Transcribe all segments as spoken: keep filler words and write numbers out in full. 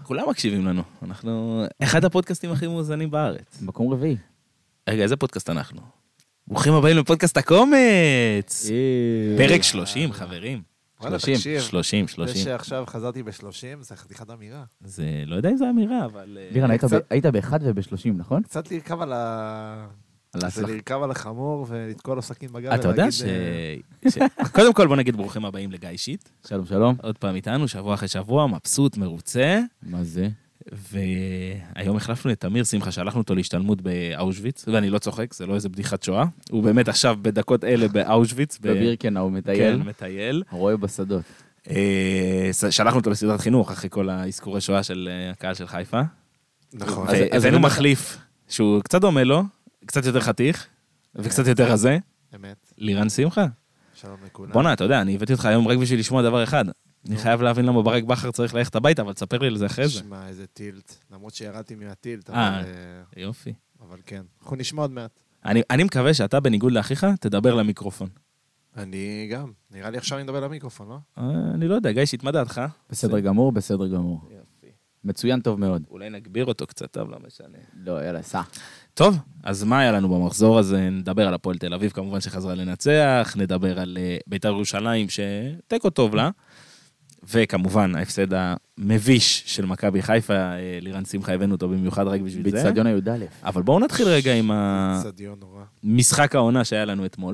כולם מקשיבים לנו. אנחנו אחד הפודקאסטים הכי מאוזנים בארץ. מקום רביעי. רגע, איזה פודקאסט אנחנו? ברוכים הבאים לפודקאסט הקומץ! פרק שלושים, חברים. שלושים, שלושים, שלושים. זה שעכשיו חזרתי ב-שלושים, זה חתיכת אמירה. זה, לא יודע אם זה אמירה, אבל... לירן, היית באחד ובשלושים, נכון? קצת לרכב על ה... זה לרכב על החמור ולתקוע לו סכין בגב. אתה יודע ש... קודם כל בוא נגיד ברוכים הבאים לגיא שיט. שלום, שלום. עוד פעם איתנו, שבוע אחרי שבוע, מבסוט, מרוצה. מה זה? והיום החלפנו את אמיר שמחה, שלחנו אותו להשתלמות באושוויץ, ואני לא צוחק, זה לא איזה בדיחת שואה. הוא באמת עכשיו בדקות אלה באושוויץ. בבירקנאו, הוא מטייל. כן, מטייל. רואה בשדות. שלחנו אותו לסדרת חינוך, אחרי כל האזכורי שואה של הקהל של חיפה. נכון. הבאנו מחליף, שהוא קצת דומה לו, קצת יותר חתיך, וקצת יותר רזה. אמת. לירן שמחה. שלום לכולם. בונה, אתה יודע, אני הבאתי אותך היום רק בשביל לשמוע דבר אחד. אני חייב להבין למה ברק בכר צריך ללכת הביתה, אבל תספר לי על זה אחרי זה. שמע, איזה טילט. למרות שירדתי מהטילט, אה, אבל... יופי. אבל כן. אנחנו נשמע עוד מעט. אני, אני מקווה שאתה, בניגוד לאחיך, תדבר למיקרופון. אני גם. נראה לי עכשיו אני מדבר למיקרופון, לא? אני לא יודע, גיא, שהתמדע דעתך. בסדר גמור, בסדר גמור. יופי. מצוין טוב מאוד. אולי נגביר אותו קצת, טוב, לא משנה. לא, יאללה, סע. טוב, אז מה היה לנו במחזור הזה? נדבר על הפועל תל אביב, כמובן שחזרה לנצח, נדבר על בית"ר ירושלים, שתיקו טוב לה, וכמובן, ההפסד המביש של מכבי חיפה, לירן שמחה הבאנו אותו במיוחד רק בשביל זה. באצטדיון הי"א. אבל בואו נתחיל רגע עם צדיון נורא. המשחק העונה שהיה לנו אתמול.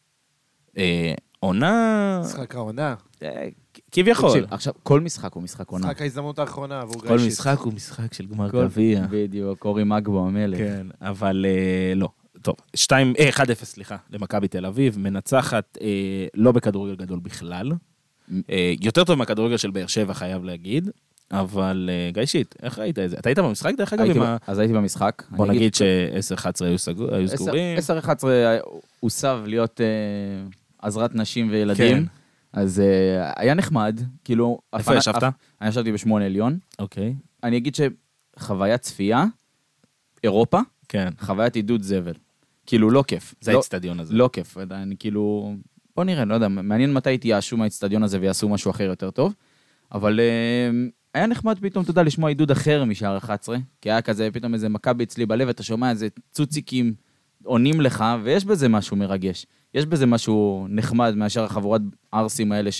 עונה... משחק העונה. כביכול. תקשיב, עכשיו, כל משחק הוא משחק עונה. משחק ההזדמנות האחרונה, והוא כל משחק הוא משחק של גמר גביע. בדיוק, קורי מגבו המלך. כן, אבל לא. טוב, שתיים, אחד אפס, סליחה, למכבי תל אביב, מנצחת לא בכדורגל גדול בכלל. יותר טוב מהכדורגל של באר שבע, חייב להגיד. אבל גיא שיט, איך ראית את זה? אתה היית במשחק דרך אגב? אז הייתי במשחק. בוא נגיד ש-עשר אחת עשרה היו סגורים. עשר אחת עשרה הוסב להיות עזרת נשים וילדים. אז היה נחמד, כאילו... איפה ישבת? אני ישבתי בשמונה עליון. אוקיי. אני אגיד שחוויית צפייה, אירופה, כן. חוויית עידוד זבל. כאילו לא כיף. זה האצטדיון הזה. לא כיף. אני כאילו... בוא נראה, לא יודע, מעניין מתי תייאשו מהאצטדיון הזה ויעשו משהו אחר יותר טוב. אבל היה נחמד פתאום, אתה יודע, לשמוע עידוד אחר משער אחת עשרה, כי היה כזה פתאום איזה מכבי אצלי בלב, אתה שומע איזה צוציקים עונים לך, ויש בזה משהו מרגש. יש בזה משהו נחמד מאשר החבורת ארסים האלה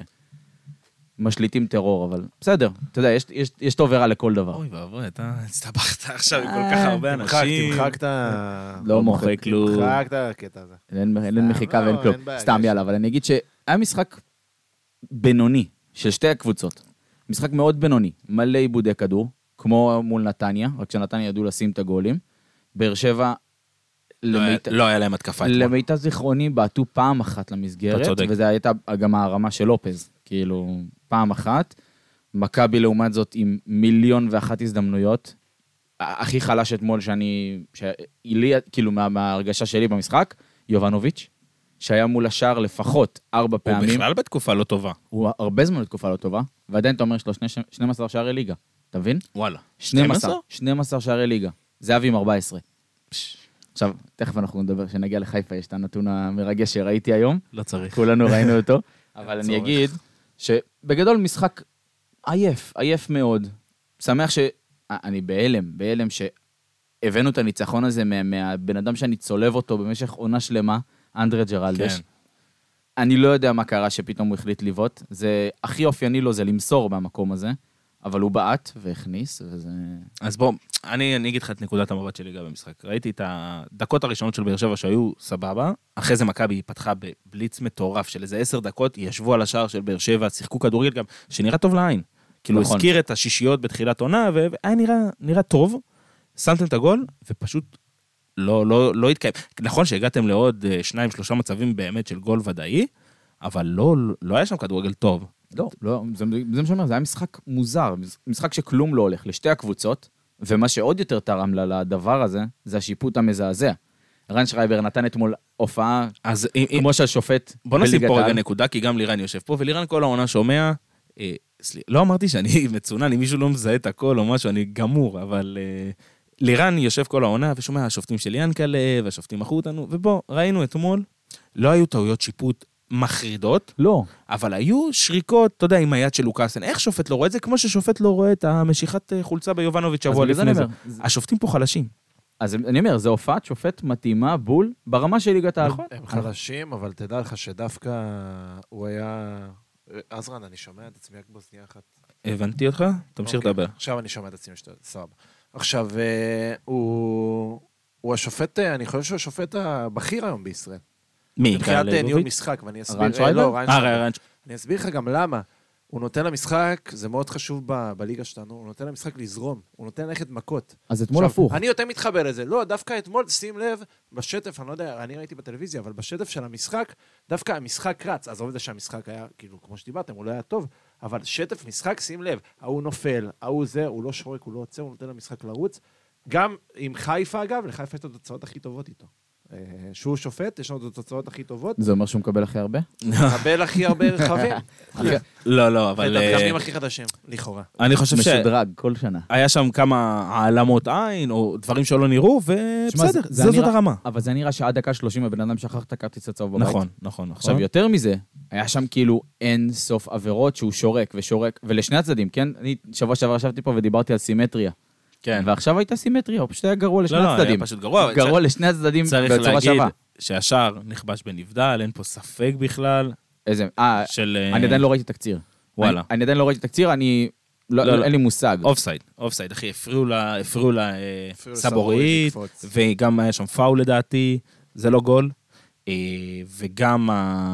שמשליטים טרור, אבל בסדר, אתה יודע, יש, יש, יש טוב ורע לכל דבר. אוי ואבוי, אתה הסתבכת עכשיו עם כל כך הרבה אנשים. תמחק, תמחק. לא מוחק כלום. תמחק את הקטע הזה. אין מחיקה ואין כלום. סתם, יאללה, אבל אני אגיד שהיה משחק בינוני של שתי הקבוצות. משחק מאוד בינוני, מלא עיבודי כדור, כמו מול נתניה, רק שנתניה ידעו לשים את הגולים. באר שבע לא היה להם התקפה. למיטב זיכרוני, בעטו פעם אחת למסגרת, וזה הייתה גם הרמה של לופז, כאילו, פעם אחת. מכבי לעומת זאת עם מיליון ואחת הזדמנויות, הכי חלש אתמול שאני, כאילו מההרגשה שלי במשחק, יובנוביץ', שהיה מול השאר לפחות ארבע פעמים. הוא בכלל בתקופה לא טובה. הוא הרבה זמן בתקופה לא טובה, ועדיין אתה אומר שלו שנים עשר שערי ליגה, אתה מבין? וואלה. שנים עשר? שנים עשר שערי ליגה. זהבי עם ארבע עשרה. עכשיו, תכף אנחנו נדבר, שנגיע לחיפה, יש את הנתון המרגש שראיתי היום. לא צריך. כולנו ראינו אותו. אבל אני אגיד שבגדול משחק עייף, עייף מאוד. שמח ש... אני בהלם, בהלם שהבאנו את הניצחון הזה מהבן אדם שאני צולב אותו במשך עונה שלמה, אנדרי ג'רלדש. אני לא יודע מה קרה שפתאום הוא החליט ליוות. זה הכי אופייני לו זה למסור במקום הזה. אבל הוא בעט והכניס, וזה... אז בוא, אני, אני אגיד לך את נקודת המבט שלי גם במשחק. ראיתי את הדקות הראשונות של באר שבע שהיו סבבה, אחרי זה מכבי פתחה בבליץ מטורף של איזה עשר דקות, ישבו על השער של באר שבע, שיחקו כדורגל גם, שנראה טוב לעין. כאילו נכון. הזכיר את השישיות בתחילת עונה, והיה נראה, נראה טוב, שמתם את הגול, ופשוט לא, לא, לא התקיים. נכון שהגעתם לעוד שניים, שלושה מצבים באמת של גול ודאי, אבל לא, לא היה שם כדורגל טוב. לא, לא, זה, זה מה שאומר, זה היה משחק מוזר, משחק שכלום לא הולך לשתי הקבוצות, ומה שעוד יותר תרם לה לדבר הזה, זה השיפוט המזעזע. רן שרייבר נתן אתמול הופעה, אז כמו שהשופט... בוא נשים פה רגע נקודה, כי גם לירן יושב פה, ולירן כל העונה שומע, אה, סלי, לא אמרתי שאני מצונן, אם מישהו לא מזהה את הכל או משהו, אני גמור, אבל אה, לירן יושב כל העונה, ושומע השופטים של ינקלה, והשופטים מחו אותנו, ובוא, ראינו אתמול, לא היו טעויות שיפוט מחרידות, לא. אבל היו שריקות, אתה יודע, עם היד של לוקאסן. איך שופט לא רואה את זה? כמו ששופט לא רואה את המשיכת חולצה ביובנוביץ' שבוע לפני זה. השופטים פה חלשים. אז אני אומר, זה הופעת שופט מתאימה, בול, ברמה של ליגת העל. הם חלשים, אבל תדע לך שדווקא הוא היה... עזרן, אני שומע את עצמי רק בוזניה אחת. הבנתי אותך? תמשיך לדבר. עכשיו אני שומע את עצמי שטוב, סבבה. עכשיו, הוא השופט, אני חושב שהוא השופט הבכיר היום בישראל. מי? מבחינת ניהול משחק, ואני אסביר... רן שרייבר? אני אסביר לך גם למה. הוא נותן למשחק, זה מאוד חשוב ב- בליגה שלנו, הוא נותן למשחק לזרום, הוא נותן ללכת מכות. אז אתמול הפוך. אני יותר מתחבר לזה. לא, דווקא אתמול, שים לב, בשטף, אני לא יודע, אני ראיתי בטלוויזיה, אבל בשטף של המשחק, דווקא המשחק רץ. אז עובדה שהמשחק היה, כאילו, כמו שדיברתם, הוא לא היה טוב, אבל שטף משחק, שים לב, ההוא נופל, ההוא זה, הוא לא שורק, הוא לא עוצר, הוא נותן למשחק לרוץ. גם עם חיפה, אגב, לחיפה יש את התוצאות הכי טובות איתו. שהוא שופט, יש לנו את התוצאות הכי טובות. זה אומר שהוא מקבל הכי הרבה? מקבל הכי הרבה רחבים. לא, לא, אבל... את הפגמים הכי חדשים, לכאורה. אני חושב ש... משודרג כל שנה. היה שם כמה העלמות עין, או דברים שלא נראו, ובסדר, זאת הרמה. אבל זה נראה שעד דקה שלושים הבן אדם שכח את הכרטיס הצהוב בבית. נכון, נכון. עכשיו, יותר מזה, היה שם כאילו אין סוף עבירות שהוא שורק ושורק, ולשני הצדדים, כן? אני שבוע שעבר ישבתי פה ודיברתי על סימטריה. כן. ועכשיו הייתה סימטריה, הוא פשוט היה גרוע לשני לא, הצדדים. לא, היה פשוט גרוע. גרוע לשני הצדדים בצורה שווה. צריך להגיד שהשאר נכבש בנבדל, אין פה ספק בכלל. איזה, אה, של... אני עדיין לא ראיתי תקציר. וואלה. אני, אני עדיין לא ראיתי תקציר, אני... לא, לא, לא. אין לי מושג. אופסייד, אופסייד, אחי, הפריעו לה, הפריעו לה סבורית, וגם היה שם פאול לדעתי, זה לא גול. וגם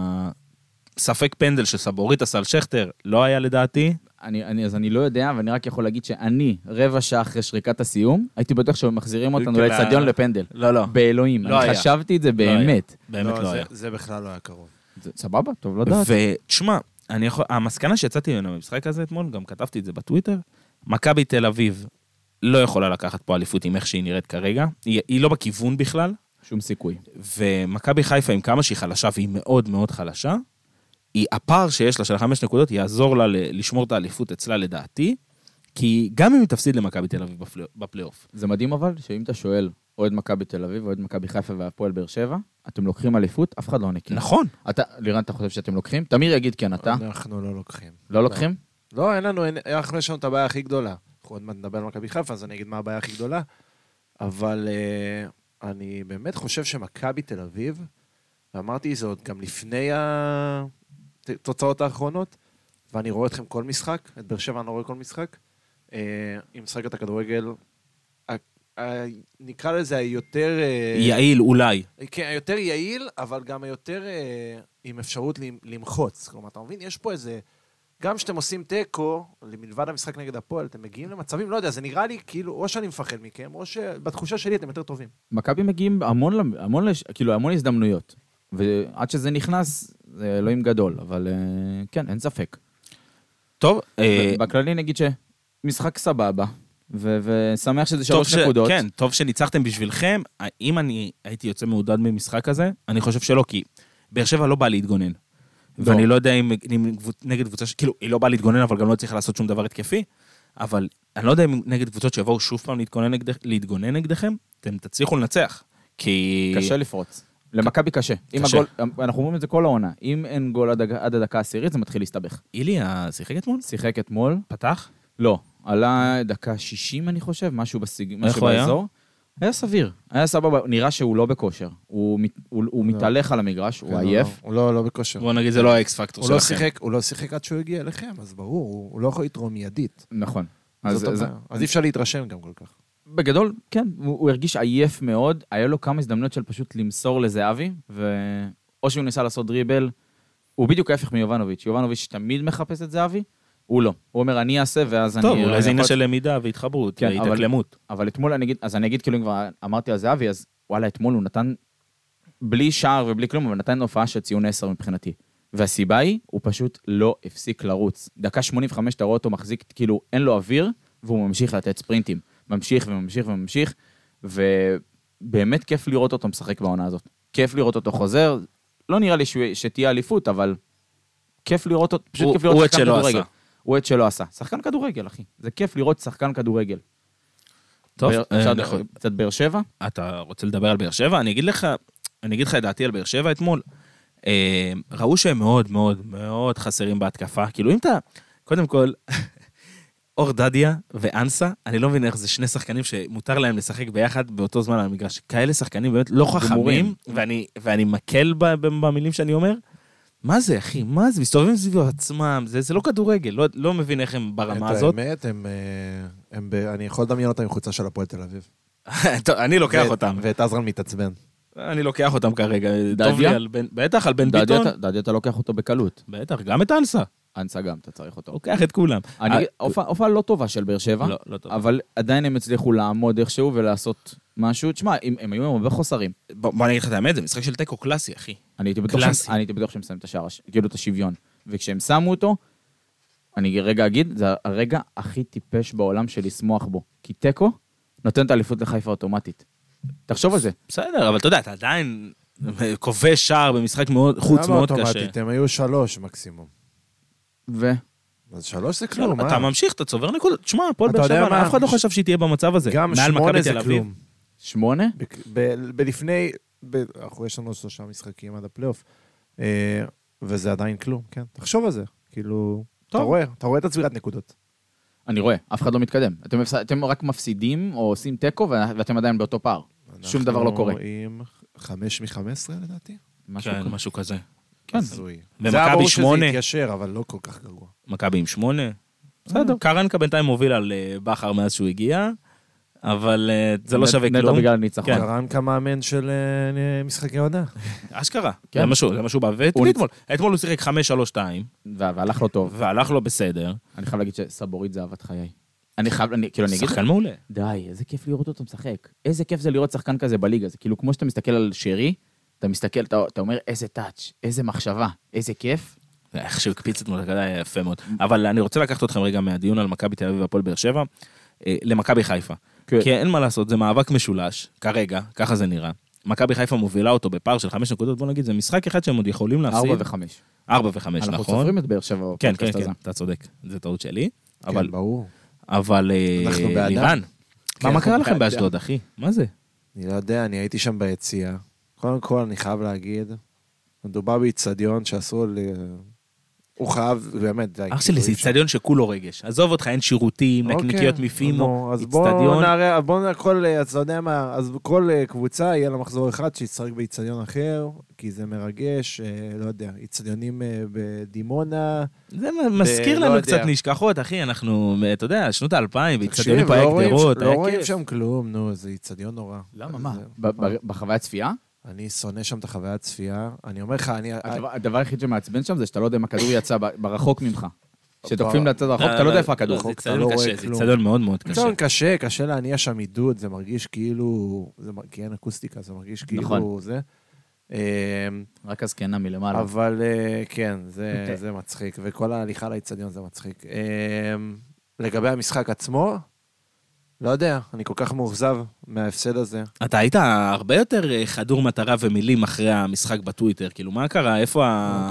הספק פנדל של סבורית עשה על שכטר, לא היה לדעתי. אני, אני, אז אני לא יודע, ואני רק יכול להגיד שאני, רבע שעה אחרי שריקת הסיום, הייתי בטוח שמחזירים אותנו לאצטדיון לפנדל. לא, לא. באלוהים. לא אני חשבתי את זה באמת. באמת לא היה. זה בכלל לא היה קרוב. סבבה, טוב, לא דעת. ותשמע, המסקנה שיצאתי ממנו במשחק הזה אתמול, גם כתבתי את זה בטוויטר, מכבי תל אביב לא יכולה לקחת פה אליפות עם איך שהיא נראית כרגע, היא, היא לא בכיוון בכלל. שום סיכוי. ומכבי חיפה עם כמה שהיא חלשה, והיא מאוד מאוד חלשה, היא, הפער שיש לה של החמש נקודות, יעזור לה לשמור את האליפות אצלה לדעתי, כי גם אם היא תפסיד למכבי תל אביב בפלייאוף. זה מדהים אבל, שאם אתה שואל, אוהד מכבי תל אביב, אוהד מכבי חיפה והפועל באר שבע, אתם לוקחים אליפות, אף אחד לא נקי. נכון. אתה, לירן, אתה חושב שאתם לוקחים? תמיר יגיד כן, אתה? אנחנו לא לוקחים. לא לוקחים? לא, אין לנו, אנחנו יש לנו את הבעיה הכי גדולה. אנחנו עוד מעט נדבר על מכבי חיפה, אז אני אגיד מה הבעיה הכי גדולה. אבל uh, אני באמת חושב שמכבי תל אביב, ואמרתי זאת גם לפני התוצאות האחרונות, ואני רואה אתכם כל משחק, את באר שבע אני לא רואה כל משחק, uh, עם משחק את הכדורגל, נקרא לזה היותר... יעיל אולי. כן, היותר יעיל, אבל גם היותר עם אפשרות למחוץ. כלומר, אתה מבין, יש פה איזה... גם שאתם עושים טקו, מלבד המשחק נגד הפועל, אתם מגיעים למצבים, לא יודע, זה נראה לי כאילו, או שאני מפחד מכם, או שבתחושה שלי אתם יותר טובים. מכבי מגיעים המון, המון, כאילו, המון הזדמנויות. ועד שזה נכנס, זה אלוהים גדול, אבל כן, אין ספק. טוב. בכללי נגיד שמשחק סבבה. ושמח שזה שלוש נקודות. כן, טוב שניצחתם בשבילכם. אם אני הייתי יוצא מעודד ממשחק הזה, אני חושב שלא, כי באר שבע לא בא להתגונן. ואני לא יודע אם נגד קבוצה, כאילו, היא לא באה להתגונן, אבל גם לא צריך לעשות שום דבר התקפי, אבל אני לא יודע אם נגד קבוצות שיבואו שוב פעם להתגונן נגדכם, אתם תצליחו לנצח. כי... קשה לפרוץ. למכבי קשה. אנחנו אומרים את זה כל העונה. אם אין גול עד הדקה העשירית, זה מתחיל להסתבך. איליה שיחק אתמול? שיחק אתמול. פתח? לא. עלה דקה שישים, אני חושב, משהו באזור. היה סביר, היה סבבה, נראה שהוא לא בכושר. הוא מתהלך על המגרש, הוא עייף. הוא לא בכושר. בוא נגיד, זה לא האקס פקטור שלכם. הוא לא שיחק עד שהוא הגיע אליכם, אז ברור, הוא לא יכול לתרום מיידית. נכון. אז אי אפשר להתרשם גם כל כך. בגדול, כן, הוא הרגיש עייף מאוד, היה לו כמה הזדמנויות של פשוט למסור לזהבי, או שהוא ניסה לעשות דריבל, הוא בדיוק ההפך מיובנוביץ'. יובנוביץ' תמיד מחפש את זהבי, הוא לא. הוא אומר, אני אעשה, ואז אני... טוב, אולי זה עניין של למידה והתחברות, והתאקלמות. אבל אתמול אני אגיד, אז אני אגיד, כאילו, אם כבר אמרתי על זהבי, אז וואלה, אתמול הוא נתן, בלי שער ובלי כלום, אבל נתן הופעה של ציון עשר מבחינתי. והסיבה היא, הוא פשוט לא הפסיק לרוץ. דקה שמונים וחמש, אתה רואה אותו מחזיק, כאילו, אין לו אוויר, והוא ממשיך לתת ספרינטים. ממשיך וממשיך וממשיך, ובאמת כיף לראות אותו משחק בעונה הזאת. כיף לראות אותו חוזר, לא נראה לי שתהיה אליפות, אבל כיף לראות אותו, פשוט כיף לראות שחקן כדורגל. הוא את שלא עשה. שחקן כדורגל, אחי. זה כיף לראות שחקן כדורגל. טוב, קצת באר שבע? אתה רוצה לדבר על באר שבע? אני אגיד לך, אני אגיד לך את דעתי על באר שבע אתמול. ראו שהם מאוד מאוד מאוד חסרים בהתקפה, כאילו אם אתה, קודם כל, אור דדיה ואנסה, אני לא מבין איך זה שני שחקנים שמותר להם לשחק ביחד באותו זמן על המגרש. כאלה שחקנים באמת לא חכמים, ואני, ואני מקל במילים שאני אומר. מה זה, אחי? מה זה? מסתובבים סביבו עצמם, זה, זה לא כדורגל, לא, לא מבין איך הם ברמה הזאת. האמת, הם, הם, אני יכול לדמיין אותם עם חוצה של הפועל תל אביב. אני לוקח אותם. ואת עזרן מתעצבן. אני לוקח אותם כרגע. טוב לי על בן, בטח, על בן ביטון. דדיה אתה לוקח אותו בקלות. בטח, גם את אנסה. אנסה גם, אתה צריך אותו. לוקח את כולם. הופעה לא טובה של באר שבע, אבל עדיין הם הצליחו לעמוד איכשהו ולעשות משהו. תשמע, הם היו הרבה חוסרים. בוא אני אגיד לך את האמת, זה משחק של טקו קלאסי, אחי. אני הייתי בטוח שהם שמים את השער, כאילו את השוויון. וכשהם שמו אותו, אני רגע אגיד, זה הרגע הכי טיפש בעולם של לשמוח בו. כי טקו נותן את האליפות לחיפה אוטומטית. תחשוב על זה. בסדר, אבל אתה יודע, אתה עדיין כובש שער במשחק מאוד, חוץ מאוד קשה. הם היו שלוש מקסימום. ו? אז שלוש זה כלום, מה? אתה ממשיך, אתה צובר נקודות. תשמע, הפועל באר שבע, אף אחד לא חשב שהיא תהיה במצב הזה. גם שמונה זה כלום. שמונה? בלפני, אנחנו יש לנו שלושה משחקים עד הפלייאוף, וזה עדיין כלום, כן? תחשוב על זה, כאילו, אתה רואה, אתה רואה את הצבירת נקודות. אני רואה, אף אחד לא מתקדם. אתם רק מפסידים או עושים טקו, ואתם עדיין באותו פער. שום דבר לא קורה. אנחנו עם חמש מחמש עשרה לדעתי? כן, משהו כזה. כן. זה היה ברור שזה יתיישר, אבל לא כל כך גרוע. מכבי עם שמונה. בסדר. קרנקה בינתיים מוביל על בכר מאז שהוא הגיע, אבל זה לא שווה כלום. נטו בגלל ניצחון. קרנקה מאמן של משחקי עונה. אשכרה. זה משהו בא. אתמול הוא שיחק חמש שלוש שתיים. והלך לו טוב. והלך לו בסדר. אני חייב להגיד שסבורית זה אהבת חיי. אני חייב, כאילו אני אגיד... שחקן מעולה. די, איזה כיף לראות אותו משחק. איזה כיף זה לראות שחקן כזה בליגה. זה כאילו כמו שאתה מסתכל על שרי, אתה מסתכל, אתה, אתה אומר, איזה טאץ', איזה מחשבה, איזה כיף. איך שהוא הקפיץ את מולקדה, היה יפה מאוד. אבל אני רוצה לקחת אתכם רגע מהדיון על מכבי תל אביב והפועל באר שבע, למכבי חיפה. כי אין מה לעשות, זה מאבק משולש, כרגע, ככה זה נראה. מכבי חיפה מובילה אותו בפער של חמש נקודות, בוא נגיד, זה משחק אחד שהם עוד יכולים להפסיד. ארבע וחמש. ארבע וחמש, נכון. אנחנו סופרים את באר שבע. כן, כן, כן, אתה צודק, זה טעות שלי. כן, ברור. אבל, לירן, מה קרה לכם באשדוד, אחי? מה זה? אני לא יודע, אני הייתי שם ביציאה. קודם כל, אני חייב להגיד, מדובר באיצטדיון שעשו ל... הוא חייב, באמת, אח שלי, זה איצטדיון שכולו רגש. עזוב אותך, אין שירותים, נקניקיות מפימו, אז בואו נראה, בואו נראה כל, אתה יודע מה, אז כל קבוצה יהיה לה מחזור אחד שיצטרק באיצטדיון אחר, כי זה מרגש, לא יודע, איצטדיונים בדימונה. זה מזכיר לנו קצת נשכחות, אחי, אנחנו, אתה יודע, שנות האלפיים, באיצטדיונים פה היה גדרות. לא רואים שם כלום, נו, זה איצטדיון נורא. למה, מה? בחוויה צפייה? אני שונא שם את החוויה הצפייה, אני אומר לך, אני... הדבר היחיד שמעצבן שם זה שאתה לא יודע אם הכדור יצא ברחוק ממך. שתוקפים לצד הרחוק, אתה לא יודע איפה הכדור. זה צדון קשה, זה צדון מאוד מאוד קשה. צדון קשה, קשה להניע שם עידוד, זה מרגיש כאילו, כי אין אקוסטיקה, זה מרגיש כאילו זה. רק הזקנה מלמעלה. אבל כן, זה מצחיק, וכל ההליכה לאיצטדיון זה מצחיק. לגבי המשחק עצמו, לא יודע, אני כל כך מאוכזב מההפסד הזה. אתה היית הרבה יותר חדור מטרה ומילים אחרי המשחק בטוויטר, כאילו מה קרה? איפה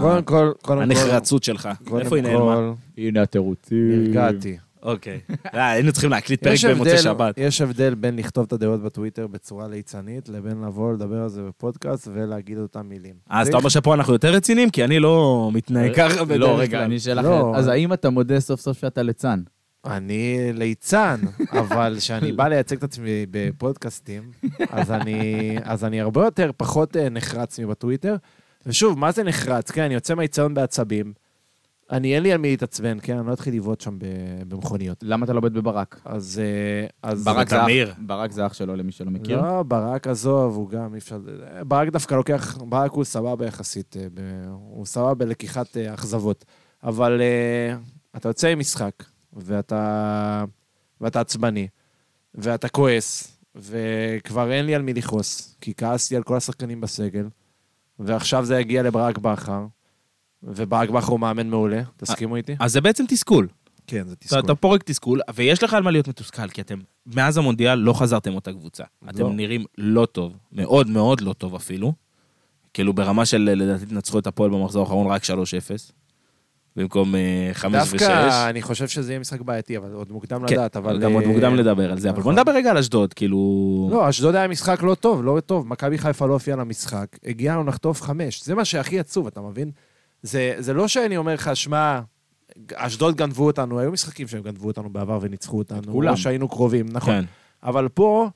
הנחרצות שלך? איפה היא נעלמה? הנה התירוצים. נרגעתי. אוקיי. היינו צריכים להקליט פרק במוצאי שבת. יש הבדל בין לכתוב את הדעות בטוויטר בצורה ליצנית, לבין לבוא לדבר על זה בפודקאסט ולהגיד אותם מילים. אז אתה אומר שפה אנחנו יותר רציניים, כי אני לא מתנהג ככה. לא, רגע, אני שאלה אחרת. אז האם אתה מודה סוף סוף שאתה ליצן? אני ליצן, אבל כשאני בא לייצג את עצמי בפודקאסטים, אז אני, אז אני הרבה יותר פחות נחרץ מבטוויטר. ושוב, מה זה נחרץ? כן, אני יוצא מהיציון בעצבים. אני, אין לי על מי להתעצבן, כן? אני לא אתחיל לבעוט שם במכוניות. למה אתה לא בית בברק? אז... אז ברק זה אח, ברק זה אח שלו, למי שלא מכיר. לא, ברק עזוב, הוא גם אפשר... ברק דווקא לוקח... ברק הוא סבבה יחסית, הוא סבבה בלקיחת אכזבות. אבל אתה יוצא עם משחק, ואתה, ואתה עצבני, ואתה כועס, וכבר אין לי על מי לכעוס, כי כעסתי על כל השחקנים בסגל, ועכשיו זה יגיע לברק בכר, וברק בכר הוא מאמן מעולה, תסכימו איתי? אז זה בעצם תסכול. כן, זה תסכול. אתה פורק תסכול, ויש לך על מה להיות מתוסכל, כי אתם, מאז המונדיאל לא חזרתם אותה קבוצה. אתם נראים לא טוב, מאוד מאוד לא טוב אפילו, כאילו ברמה של לדעתי תנצחו את הפועל במחזור האחרון רק שלוש אפס, במקום חמש ושש. דווקא אני חושב שזה יהיה משחק בעייתי, אבל עוד מוקדם לדעת. גם עוד מוקדם לדבר על זה, אבל בוא נדבר רגע על אשדוד, כאילו... לא, אשדוד היה משחק לא טוב, לא טוב. מכבי חיפה לא הופיעה למשחק, הגיענו לחטוף חמש. זה מה שהכי עצוב, אתה מבין? זה לא שאני אומר לך, שמע, אשדוד גנבו אותנו, היו משחקים שהם גנבו אותנו בעבר וניצחו אותנו, או שהיינו קרובים, נכון. אבל פה,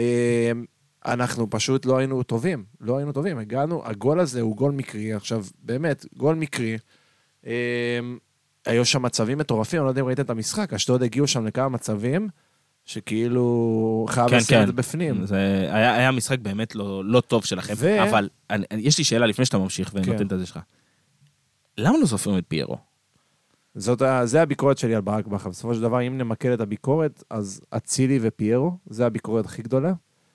אנחנו פשוט לא היינו טובים, לא היינו טובים, הגענו, הגול הזה הוא גול מקרי, עכשיו, באמת, גול מקרי, היו שם מצבים מטורפים, אני לא יודע אם ראיתם את המשחק, אשדוד הגיעו שם לכמה מצבים, שכאילו חייב לשים את זה בפנים. זה היה משחק באמת לא טוב שלכם, אבל יש לי שאלה לפני שאתה ממשיך ונותן את זה שלך. למה לא סופרים את פיירו? זאת, זה הביקורת שלי על ברק בכר. בסופו של דבר, אם נמקד את הביקורת, אז אצילי ופיירו, זה הביקורת הכי גדולה.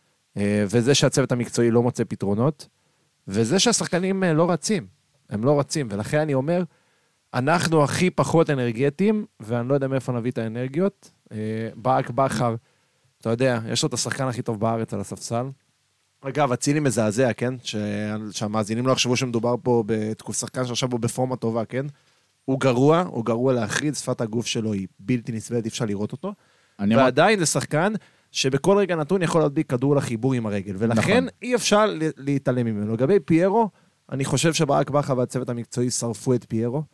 וזה שהצוות המקצועי לא מוצא פתרונות, וזה שהשחקנים לא רצים. הם לא רצים, ולכן אני אומר, אנחנו הכי פחות אנרגטיים, ואני לא יודע מאיפה נביא את האנרגיות. ברק בכר, אתה יודע, יש לו את השחקן הכי טוב בארץ על הספסל. אגב, אצילי מזעזע, כן? שהמאזינים לא יחשבו שמדובר פה בתקוף שחקן שעכשיו בו בפורמה טובה, כן? הוא גרוע, הוא גרוע להחריד, שפת הגוף שלו היא בלתי נסבלת, אפשר לראות אותו. ועדיין זה שחקן שבכל רגע נתון יכול להדביק כדור לחיבור עם הרגל, ולכן אי אפשר להתעלם ממנו. לגבי פיירו, אני חושב שברק בכר והצוות המקצועי שרפו את פיירו.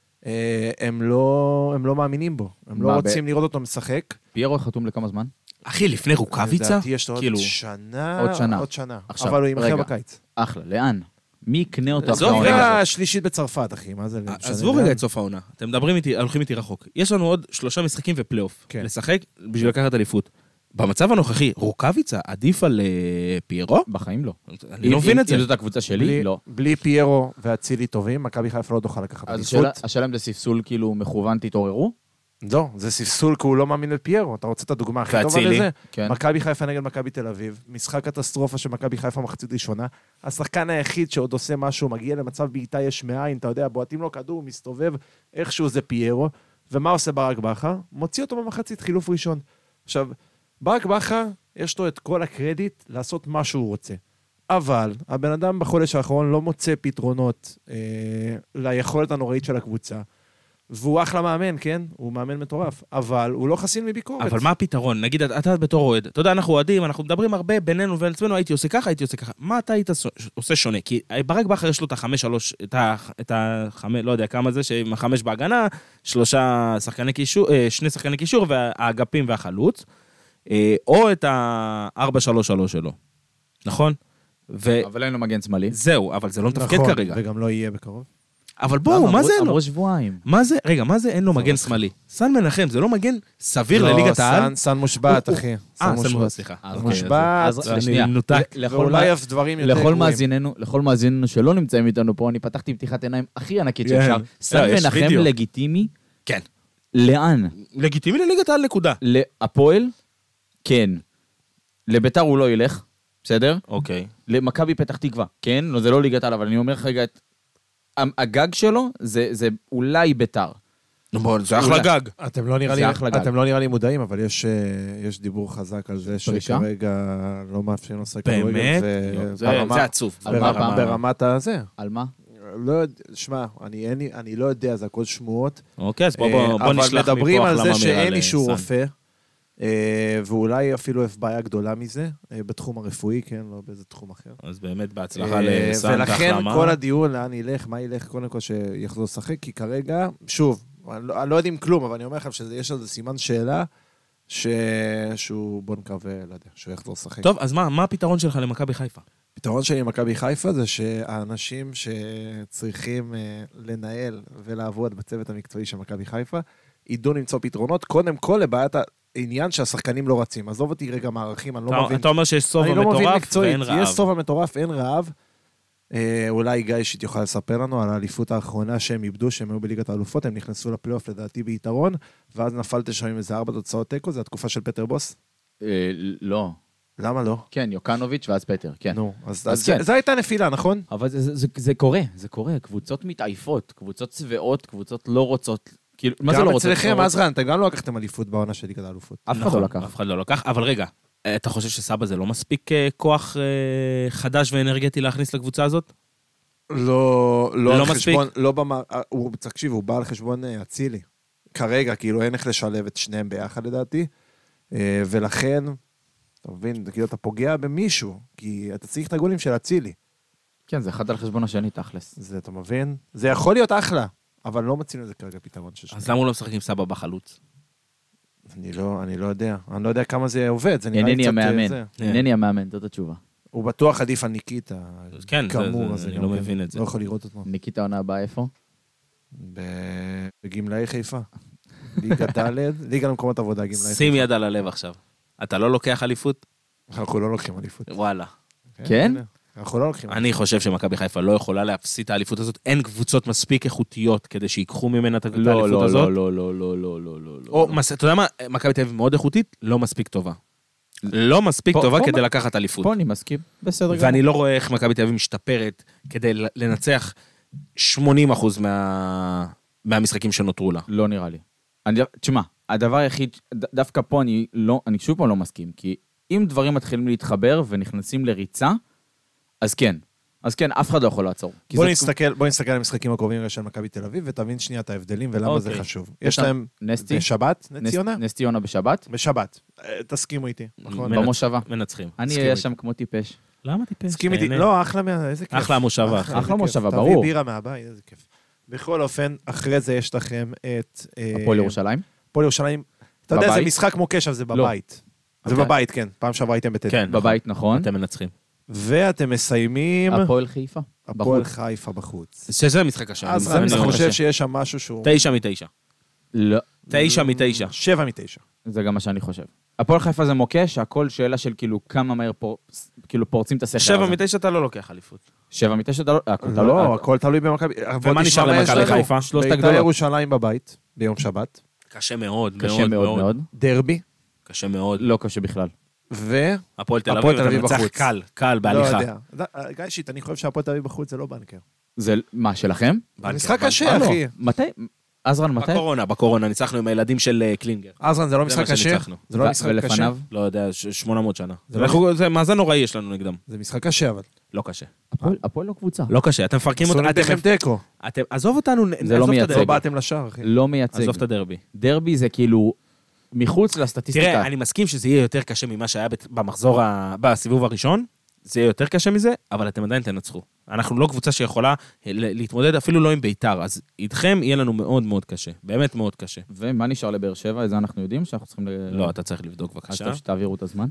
הם לא, הם לא מאמינים בו, הם לא רוצים לראות אותו משחק. פיירו חתום לכמה זמן? אחי, לפני רוקאביצה? לדעתי יש לו עוד שנה, עוד שנה. עוד שנה. אבל הוא ימחר בקיץ. אחלה, לאן? מי יקנה אותו? זו רגע השלישית בצרפת, אחי, מה זה? עזבו רגע את סוף העונה. אתם מדברים איתי, הולכים איתי רחוק. יש לנו עוד שלושה משחקים ופלייאוף. לשחק בשביל לקחת אליפות. במצב הנוכחי, רוקאביצה עדיף על פיירו? בחיים לא. אני לא מבין את זה. אם זאת הקבוצה שלי, לא. בלי פיירו ואצילי טובים, מכבי חיפה לא תוכל לקחת אליפות. השאלה אם זה ספסול כאילו מכוון תתעוררו? לא, זה ספסול כי הוא לא מאמין בפיירו. אתה רוצה את הדוגמה הכי טובה לזה? מכבי חיפה נגד מכבי תל אביב, משחק קטסטרופה של מכבי חיפה מחצית ראשונה, השחקן היחיד שעוד עושה משהו, מגיע למצב בעיטה יש מאין, אתה יודע, בועטים לו כדור, מסתובב, איכשהו זה פיירו, ומה עושה ברק בכר? מוציא אותו במחצית חילוף ראשון. עכשיו, ברק בכר, יש לו את כל הקרדיט לעשות מה שהוא רוצה. אבל הבן אדם בחודש האחרון לא מוצא פתרונות אה, ליכולת הנוראית של הקבוצה, והוא אחלה מאמן, כן? הוא מאמן מטורף, אבל הוא לא חסין מביקורת. אבל מה הפתרון? נגיד, אתה בתור אוהד, אתה יודע, אנחנו אוהדים, אנחנו מדברים הרבה בינינו ובין עצמנו, הייתי עושה ככה, הייתי עושה ככה. מה אתה היית עושה שונה? כי ברק בכר יש לו את החמש, שלוש, את החמש, לא יודע כמה זה, שעם החמש בהגנה, שלושה שחקני קישור, שני שחקני קישור, והאגפים והחלוץ, או את ה-ארבע שלוש שלוש שלו. נכון? אבל אין לו מגן שמאלי. זהו, אבל זה לא מתפקד כרגע. וגם לא יהיה בקרוב. אבל בואו, מה זה אין לו? עברו שבועיים. מה זה? רגע, מה זה אין לו מגן שמאלי? סן מנחם, זה לא מגן סביר לליגת העל? לא, סן מושבת, אחי. אה, סן מושבת, סליחה. מושבת, אני נותק. ואולי אף דברים יותר גרועים. לכל מאזיננו שלא נמצאים איתנו פה, אני פתחתי פתיחת עיניים הכי ענקית שאפשר. סן מנחם לגיטימי? כן. לאן? לגיטימי לליגת העל, נקודה. להפועל? כן. לביתר הוא לא ילך, בסדר? אוקיי. למכבי פתח תקווה, כן? זה לא ליגת העל, אבל אני אומר לך רגע, הגג שלו זה, זה אולי ביתר. זה אחלה גג. אתם לא נראה לי, אתם לא נראה לי מודעים, אבל יש, יש דיבור חזק על זה שכרגע לא מאפשרים לשחק כדורגל. באמת? זה עצוב. ברמת הזה. על מה? לא יודע, שמע, אני, אני, אני לא יודע, זה הכל שמועות. אוקיי, אז בוא, בוא, בוא נשלח מפה החלמה מדברים על זה שאין מ- אישור סן. רופא, ואולי אפילו יש בעיה גדולה מזה, בתחום הרפואי, כן, לא באיזה תחום אחר. אז באמת בהצלחה לסן ולכן והחלמה. כל הדיון, לאן ילך, מה ילך, קודם כל שיחזור לשחק, כי כרגע, שוב, אני לא, אני לא יודעים כלום, אבל אני אומר לכם שיש על זה סימן שאלה, ש... שהוא בוא נקווה, לא יודע, שהוא יחזור לשחק. טוב, אז מה, מה הפתרון שלך למכבי חיפה? הפתרון שלי למכבי חיפה זה שהאנשים שצריכים לנהל ולעבוד בצוות המקצועי של מכבי חיפה, ידעו למצוא פתרונות, קודם כל לבעיית העניין שהשחקנים לא רצים. עזוב אותי רגע מערכים, אני לא מבין. אתה אומר שיש סוף המטורף ואין רעב. יש סוף המטורף, אין רעב. אולי גיא אישית יוכל לספר לנו על האליפות האחרונה שהם איבדו, שהם היו בליגת האלופות, הם נכנסו לפלייאוף לדעתי ביתרון, ואז נפלת שם עם איזה ארבע תוצאות תיקו, זה התקופה של פטר בוס? לא. למה לא? כן, יוקנוביץ' ואז פטר, כן. נו, אז זה הייתה נפילה, נכון? אבל זה קורה, זה קורה. קבוצות מתעייפות, קבוצות צבעות, קבוצות לא רוצות. גם אצלכם, אז רן, אתם גם לא לקחתם אליפות בעונה של ליגת האלופות. אף אחד לא לקח. אף אחד לא לקח, אבל רגע, אתה חושב שסבא זה לא מספיק כוח חדש ואנרגטי להכניס לקבוצה הזאת? לא, לא, לא על מספיק? חשבון, לא במה, הוא, תקשיב, הוא בא על חשבון אצילי. כרגע, כאילו, אין איך לשלב את שניהם ביחד, לדעתי, ולכן, אתה מבין, כאילו, אתה פוגע במישהו, כי אתה צריך את הגולים של אצילי. כן, זה אחד על חשבון השני, תכלס. זה, אתה מבין? זה יכול להיות אחלה, אבל לא מצינו לזה כרגע פתרון של שניהם. אז למה הוא לא משחק עם סבא בחלוץ? אני לא, אני לא יודע. אני לא יודע כמה זה עובד, זה נראה לי אינני קצת... המאמן, זה. אינני המאמן, זאת התשובה. הוא בטוח עדיף על ניקיטה. כן, זה- כאמור, זה- אז אני גם לא כן מבין את זה. לא יכול לראות אותו. ניקיטה עונה הבאה איפה? ב- בגמלאי חיפה. ליגה ד', ליגה למקומות עבודה, גמלאי חיפה. שים יד על הלב עכשיו. אתה לא לוקח אליפות? אנחנו לא לוקחים אליפות. וואלה. כן? אנחנו לא לוקחים. אני חושב שמכבי חיפה לא יכולה להפסיד את האליפות הזאת. אין קבוצות מספיק איכותיות כדי שיקחו ממנה את לא, האליפות לא, הזאת. לא, לא, לא, לא, לא, לא, לא. או, מס- אתה יודע מה? מכבי תל אביב מאוד איכותית, לא מספיק טובה. לא מספיק פה- טובה פה כדי מה- לקחת אליפות. פה אני מסכים, בסדר גמור. ואני לא רואה איך מכבי תל אביב משתפרת כדי לנצח שמונים אחוז מה... מהמשחקים שנותרו לה. לא נראה לי. אני, תשמע, הדבר היחיד, ד- דווקא פה אני לא, אני שוב פעם לא מסכים, כי אם דברים מתחילים להתחבר ונכנסים לריצה, אז כן. אז כן, אף אחד לא יכול לעצור. כי בוא זאת- נסתכל, בוא נסתכל על המשחקים הקרובים של מכבי תל אביב, ותבין שנייה את ההבדלים ולמה זה אוקיי. חשוב. יש יש להם נסטי, בשבת, נס, נס ציונה? נס ציונה בשבת, בשבת. אה, תסכימו איתי, נכון? מנצ- במושבה. מנצחים. אני מסכים אהיה איתי. שם כמו טיפש. למה טיפש? תסכים איתי. תהנה. לא, אחלה, מה- איזה כיף. אחלה המושבה. אחלה, אחלה איזה מושבה, כיף. ברור. תביא בירה מהבית, איזה כיף. בכל אופן, אחרי זה יש לכם את... אה, הפועל ירושלים. הפועל ירושלים. אתה יודע, זה בבית? משחק מוקש, אבל זה בבית. זה אוקיי. בבית, כן. פעם שעברה הייתם בטדי. כן. בבית, נכון. אתם מנצחים. ואתם מסיימים... הפועל חיפה. הפועל בחוץ. חיפה בחוץ. שזה המשחק קשה. אז אני אני אומר. חושב שיש שם משהו שהוא... תשע מתשע. לא, תשע מתשע. שבע מתשע. זה גם מה שאני חושב. הפועל חיפה זה מוקש, הכל שאלה של כאילו כמה מהר פה, כאילו פורצים את הסכר הזה. שבע מתשע אתה לא לוקח אליפות. שבע מתשע, אתה לא... הכל תלוי- לא, הכל תלוי במכבי. ומה נשאר למכבי חיפה? שלושת בית"ר הגדולות. ירושלים בבית, ביום שבת. קשה מאוד, קשה מאוד מאוד. דרבי. קשה מאוד. לא קשה בכלל. ו... הפועל תל הפועל אביב, תל אתה אביב מנצח בחוץ. קל, קל לא בהליכה. יודע. גיא שיט, אני חושב שהפועל תל אביב בחוץ זה לא בנקר. זה מה, שלכם? בנקר, משחק בנקר. קשה, אה, לא. אחי. מתי? עזרן, מתי? בקורונה, בקורונה, ניצחנו עם הילדים של אה, קלינגר. עזרן, זה לא זה משחק מה קשה? שניצחנו. זה לא ו- משחק קשה? ולפניו? לא יודע, ש- שמונה מאות שנה. זה לא- אנחנו- זה מאזן נוראי יש לנו נגדם. זה משחק קשה, אבל. לא קשה. הפועל- הפועל לא קבוצה. לא קשה, אתם מפרקים עשו אותם. נגדכם אתם- תיקו. אתם- עזוב אותנו, זה עזוב לא את מייצג. הדרבי. לא באתם לשער, אחי. לא מייצג. עזוב את הדרבי. דרבי זה כאילו מחוץ לסטטיסטיקה. תראה, אני מסכים שזה יהיה יותר קשה ממה שהיה בת- במחזור, ה- בסיבוב הראשון, זה יהיה יותר קשה מזה, אבל אתם עדיין תנצחו. אנחנו לא קבוצה שיכולה ל- להתמודד אפילו לא עם ביתר, אז איתכם יהיה לנו מאוד מאוד קשה, באמת מאוד קשה. ומה נשאר לבאר שבע? את זה אנחנו יודעים שאנחנו צריכים... ל- לא, אתה צריך לבדוק אז בבקשה. טוב שתעבירו את הזמן.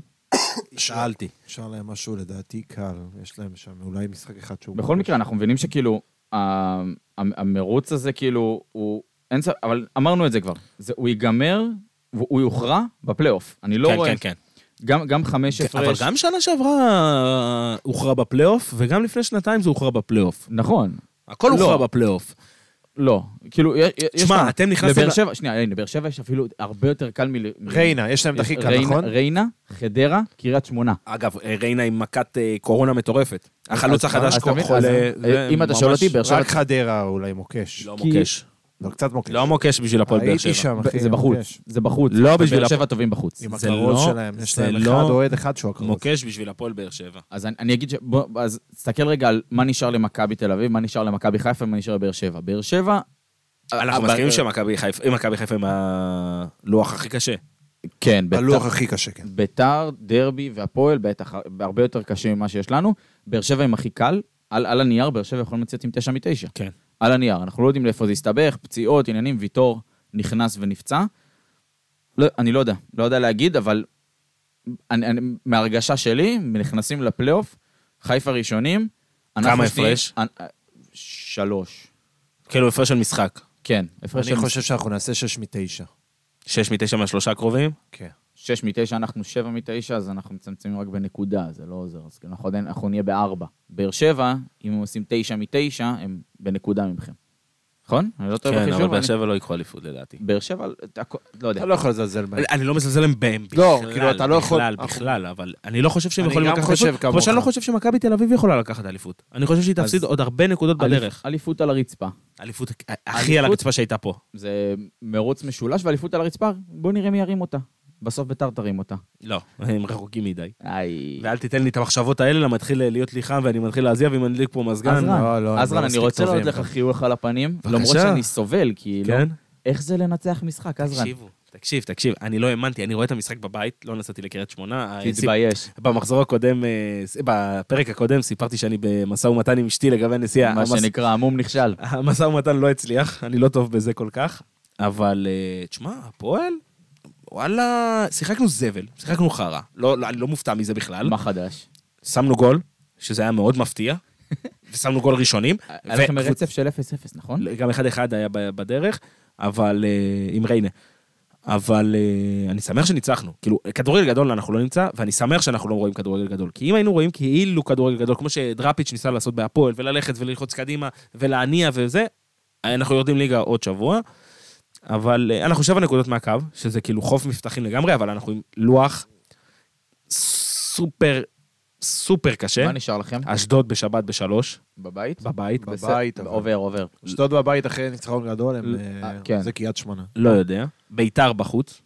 שאלתי. נשאר להם משהו לדעתי קל. יש להם שם אולי משחק אחד שהוא... בכל מקרה, אנחנו מבינים שכאילו, ה- המ- המרוץ הזה כאילו, הוא... אין ספק, אבל אמרנו את זה כבר. זה- הוא ייגמר, והוא יוכרע בפלייאוף. אני לא כן, רואה... כן, כן. גם, גם חמש אבל הפרש... גם שנה שעברה הוכרע בפלייאוף, וגם לפני שנתיים זה הוכרע בפלייאוף. נכון. הכל לא. הוכרע בפלייאוף. לא. כאילו, יש... יש שמע, לה- אתם נכנסתם... לבאר ל- שבע, שנייה, הנה, לבאר שבע יש אפילו הרבה יותר קל מ... מ- ריינה, יש להם את הכי יש קל, ריינה- נכון? ריינה, חדרה, קריית שמונה. אגב, ריינה עם מכת אה, קורונה מטורפת. החלוץ אז- החדש אז אתה מבין? חולה. אז, זה אם אתה שואל ממש- אותי, באר שבע... רק חדרה אולי מוקש. לא כי- מוקש. לא, קצת מוקש. לא מוקש בשביל הפועל באר שבע. הייתי שם, אחי. זה בחוץ, מוקש. זה בחוץ. לא בשביל באר הפ- שבע טובים בחוץ. עם זה הכרוז לא- שלהם, יש זה להם לא- אחד אוהד אחד שהוא הכרוז. מוקש בשביל הפועל באר שבע. אז אני, אני אגיד ש... בוא, אז תסתכל רגע על מה נשאר למכבי תל אביב, מה נשאר למכבי חיפה ומה נשאר לבאר שבע. באר שבע... אנחנו אבל- מסכימים שמכבי חיפה, אם מכבי חיפה עם הלוח הכי קשה. כן, ביתר- הלוח הכי קשה, כן. ביתר, דרבי והפועל, בטח, הרבה יותר קשה ממה שיש לנו. באר שבע עם הכי קל, על, על הנייר, באר שבע יכולים לצאת עם תשע מתשע. כן. על הנייר, אנחנו לא יודעים לאיפה זה יסתבך, פציעות, עניינים, ויטור נכנס ונפצע. לא, אני לא יודע, לא יודע להגיד, אבל אני, אני, מהרגשה שלי, נכנסים לפלייאוף, חיפה ראשונים. אנחנו כמה שני- הפרש? אני- שלוש. כאילו הפרש של משחק. כן, הפרש אני של חושב שאנחנו נעשה שש מתשע. שש מתשע מהשלושה הקרובים. כן. שש מתשע, אנחנו שבע מתשע, אז אנחנו מצמצמים רק בנקודה, זה לא עוזר. אז אנחנו עדיין, אנחנו נהיה בארבע. באר שבע, אם הם עושים תשע מתשע, הם בנקודה ממכם. נכון? אני לא טועה כן, בחישוב. אבל באר אני- שבע לא ייקחו אליפות לדעתי. באר שבע, אתה- לא יודע. אתה לא יכול לזלזל בהם. אני לא מזלזל בהם לא, בכלל, כאילו, אתה לא יכול- בכלל, אנחנו- בכלל, אבל אני לא חושב שהם אני יכולים גם לקחת חושב אליפות, כמו כמוך. שאני לא חושב שמכבי תל אביב יכולה לקחת אליפות. אני חושב שהיא תפסיד אז- עוד הרבה נקודות בדרך. אליפות על הרצפה. אליפות הכי על אליפות- הרצפה שהייתה פה. זה מרוץ משולש ואליפות על הרצפה, בוא נראה מי ירים אותה. בסוף ביתר תרים אותה. לא, הם רחוקים מדי. איי. ואל תיתן לי את המחשבות האלה, למה מתחיל להיות לי חם ואני מתחיל להזיע ואם אני מדליק פה מזגן. עזרן, אני רוצה להודות לך חיוך על הפנים, למרות שאני סובל, כאילו. איך זה לנצח משחק, עזרן? תקשיבו, תקשיב, תקשיב, אני לא האמנתי, אני רואה את המשחק בבית, לא נסעתי לקריית שמונה. תתבייש. במחזור הקודם, בפרק הקודם, סיפרתי שאני במשא ומתן עם אשתי לגבי נסיעה. מה שנקרא, המום נכשל. המשא ומתן לא הצליח, אני לא טוב בזה כל כך, אבל תשמע, הפועל, וואלה, שיחקנו זבל, שיחקנו חרה, אני לא מופתע מזה בכלל. מה חדש? שמנו גול, שזה היה מאוד מפתיע, ושמנו גול ראשונים. היה לכם רצף של אפס אפס, נכון? גם אחד אחד היה בדרך, אבל עם ריינה. אבל אני שמח שניצחנו. כאילו, כדורגל גדול אנחנו לא נמצא, ואני שמח שאנחנו לא רואים כדורגל גדול. כי אם היינו רואים כאילו כדורגל גדול, כמו שדראפיץ' ניסה לעשות בהפועל, וללכת וללחוץ קדימה, ולהניע וזה, אנחנו יורדים ליגה עוד שבוע, אבל אנחנו שבע נקודות מהקו, שזה כאילו חוף מפתחים לגמרי, אבל אנחנו עם לוח סופר, סופר קשה. מה נשאר לכם? אשדוד בשבת בשלוש. בבית? בבית. בבית. עובר, עובר. אשדוד בבית אחרי ניצחון גדול, זה קריית שמונה. לא יודע. ביתר בחוץ.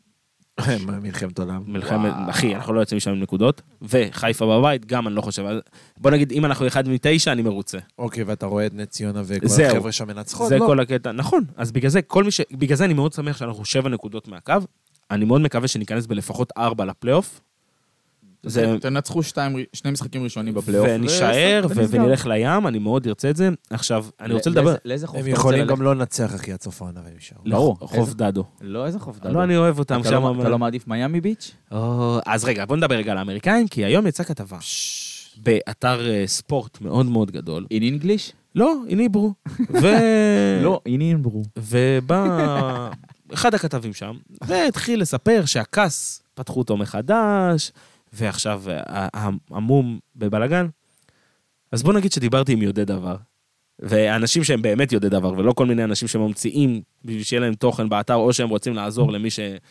מלחמת עולם. מלחמת, אחי, אנחנו לא יוצאים משם עם נקודות. וחיפה בבית, גם אני לא חושב. בוא נגיד, אם אנחנו אחד מתשע, אני מרוצה. אוקיי, ואתה רואה את נס ציונה וכל החבר'ה שם מנצחות? זה כל הקטע. נכון. אז בגלל זה, כל מי ש... בגלל זה אני מאוד שמח שאנחנו שבע נקודות מהקו. אני מאוד מקווה שניכנס בלפחות ארבע לפלייאוף. תנצחו שני משחקים ראשונים בפלייאוף. ונשאר ונלך לים, אני מאוד ארצה את זה. עכשיו, אני רוצה לדבר. הם יכולים גם לא לנצח אחי עד סוף העונה והם יישארו. לא, חוף דדו. לא, איזה חוף דדו? לא, אני אוהב אותם שם. אתה לא מעדיף מיאמי ביץ'? אז רגע, בוא נדבר רגע על האמריקאים, כי היום יצא כתבה באתר ספורט מאוד מאוד גדול. In English? לא, in Hebrew. לא, in Hebrew. ובא אחד הכתבים שם, והתחיל לספר שהכס פתחו אותו מחדש, ועכשיו המום בבלגן. אז בוא נגיד שדיברתי עם יודעי דבר, ואנשים שהם באמת יודעי דבר, ולא כל מיני אנשים שממציאים בשביל שיהיה להם תוכן באתר, או שהם רוצים לעזור למי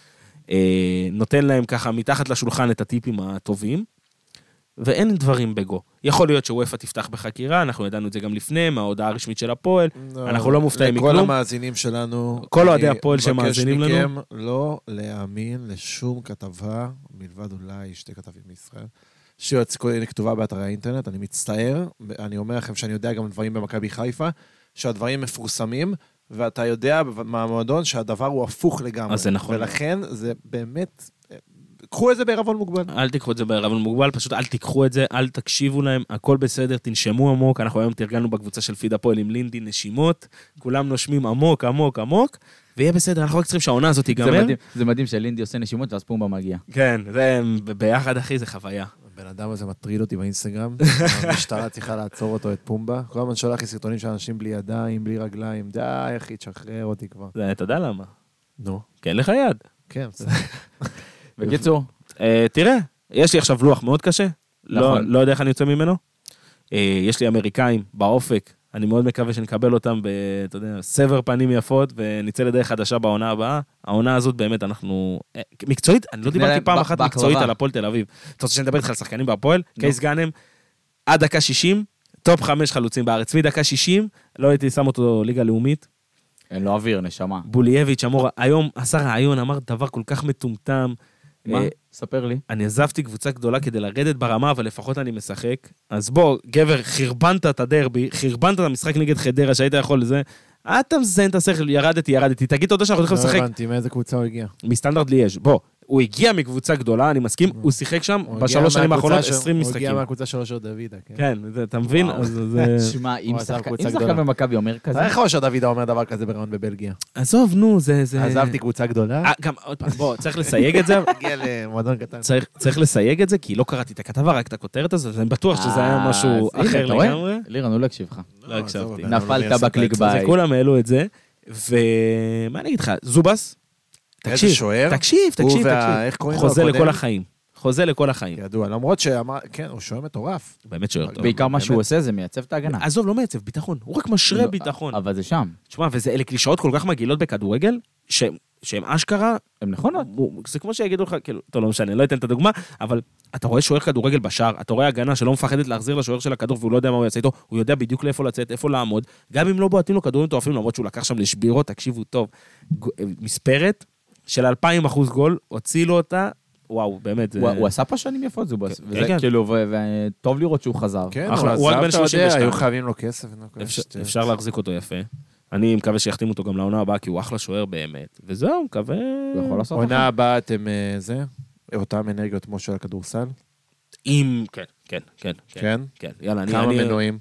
שנותן להם ככה מתחת לשולחן את הטיפים הטובים, ואין דברים בגו. יכול להיות שוופא תפתח בחקירה, אנחנו ידענו את זה גם לפני, מההודעה הרשמית של הפועל, אנחנו לא מופתעים מכלום. לכל המאזינים שלנו, כל אוהדי הפועל שמאזינים לנו, מבקש מכם לא להאמין לשום כתבה, מלבד אולי שתי כתבים בישראל, שכתובה באתרי האינטרנט, אני מצטער, אני אומר לכם שאני יודע גם דברים במכבי חיפה, שהדברים מפורסמים, ואתה יודע מהמועדון שהדבר הוא הפוך לגמרי. אז זה נכון. ולכן זה באמת... קחו את זה בערבון מוגבל. אל תיקחו את זה בערבון מוגבל, פשוט אל תיקחו את זה, אל תקשיבו להם, הכל בסדר, תנשמו עמוק, אנחנו היום תרגלנו בקבוצה של פיד הפועל עם לינדי נשימות, כולם נושמים עמוק, עמוק, עמוק, ויהיה בסדר, אנחנו רק צריכים שהעונה הזאת תיגמר. זה מדהים שלינדי עושה נשימות, ואז פומבה מגיע. כן, זה ביחד אחי, זה חוויה. הבן אדם הזה מטריד אותי באינסטגרם, המשטרה צריכה לעצור אותו את פומבה, כל הזמן שולח לי סרטונים של אנשים בלי ידיים, בלי רגליים, די, אחי, תשחרר אותי כבר. אתה יודע למה? נו. כן לך יד. כן, בקיצור, תראה, יש לי עכשיו לוח מאוד קשה, לא יודע איך אני יוצא ממנו, יש לי אמריקאים באופק, אני מאוד מקווה שנקבל אותם אתה יודע, סבר פנים יפות, ונצא לדרך חדשה בעונה הבאה, העונה הזאת באמת אנחנו, מקצועית, אני לא דיברתי פעם אחת מקצועית על הפועל תל אוויר, אתה רוצה שאני אדבר איתך על שחקנים בהפועל, קייס גאנם, עד דקה שישים, טופ חמש חלוצים בארץ, מדקה שישים, לא הייתי שם אותו ליגה לאומית, אין לו אוויר, נשמה. בולייביץ' אמור, היום עשה רעיון, אמר דבר כל כך מטומטם. מה? ספר לי. אני עזבתי קבוצה גדולה כדי לרדת ברמה, אבל לפחות אני משחק. אז בוא, גבר, חרבנת את הדרבי, חרבנת את המשחק נגד חדרה, שהיית יכול לזה. אתה מזיין את השכל, ירדתי, ירדתי. תגיד תודה שאנחנו יכולים לשחק. לא הבנתי, מאיזה קבוצה הוא הגיע? מסטנדרט ליאז'. בוא, הוא הגיע מקבוצה גדולה, אני מסכים, הוא שיחק שם בשלוש שנים האחרונות עשרים משחקים. הוא הגיע מהקבוצה של אושר דוידה, כן. כן, אתה מבין? שמע, אם שחקן במכבי אומר כזה... איך אושר דוידה אומר דבר כזה ברעיון בבלגיה? עזוב, נו, זה... עזבתי קבוצה גדולה. גם, עוד פעם, בוא, צריך לסייג את זה. הגיע למועדון קטן. צריך לסייג את זה, כי לא קראתי את הכתבה, רק את הכותרת הזאת, אז אני בטוח שזה היה משהו אחר לגמרי. לירן, הוא לא הקשיב לך. לא הקשבתי. נפלת בקליק ביי. אז כולם העלו את זה, ומה אני אגיד לך, זובס, תקשיב, תקשיב, תקשיב, חוזה לכל החיים, חוזה לכל החיים. ידוע, למרות שאמר, כן, הוא שוער מטורף. באמת שוער טוב. בעיקר מה שהוא עושה זה מייצב את ההגנה. עזוב, לא מייצב, ביטחון, הוא רק משרה ביטחון. אבל זה שם. תשמע, וזה אלה קלישאות כל כך מגעילות בכדורגל, שהם אשכרה, הם נכונות. זה כמו שיגידו לך, כאילו, טוב, לא משנה, אני לא אתן את הדוגמה, אבל אתה רואה שוער כדורגל בשער, אתה רואה הגנה שלא מפחדת להחזיר לשוער של הכדור, והוא לא יודע מה הוא יעשה איתו, הוא יודע בדיוק לאיפה לצאת, איפה לעמוד, גם אם לא בועטים לו כדורים טורפים, למרות שהוא לקח שם לשבירות, תקשיבו טוב, מספרת, של אלפיים אחוז גול, הוציא לו אותה, וואו, באמת. הוא עשה פה שנים יפות, זה כאילו, וטוב לראות שהוא חזר. כן, הוא עד בן שלושים ושתיים. היו חייבים לו כסף. אפשר להחזיק אותו יפה. אני מקווה שיחתימו אותו גם לעונה הבאה, כי הוא אחלה שוער באמת. וזהו, מקווה... עונה הבאה אתם זה, אותם אנרגיות כמו של הכדורסל? אם, כן, כן, כן. כן? כן, יאללה, אני... כמה מנועים?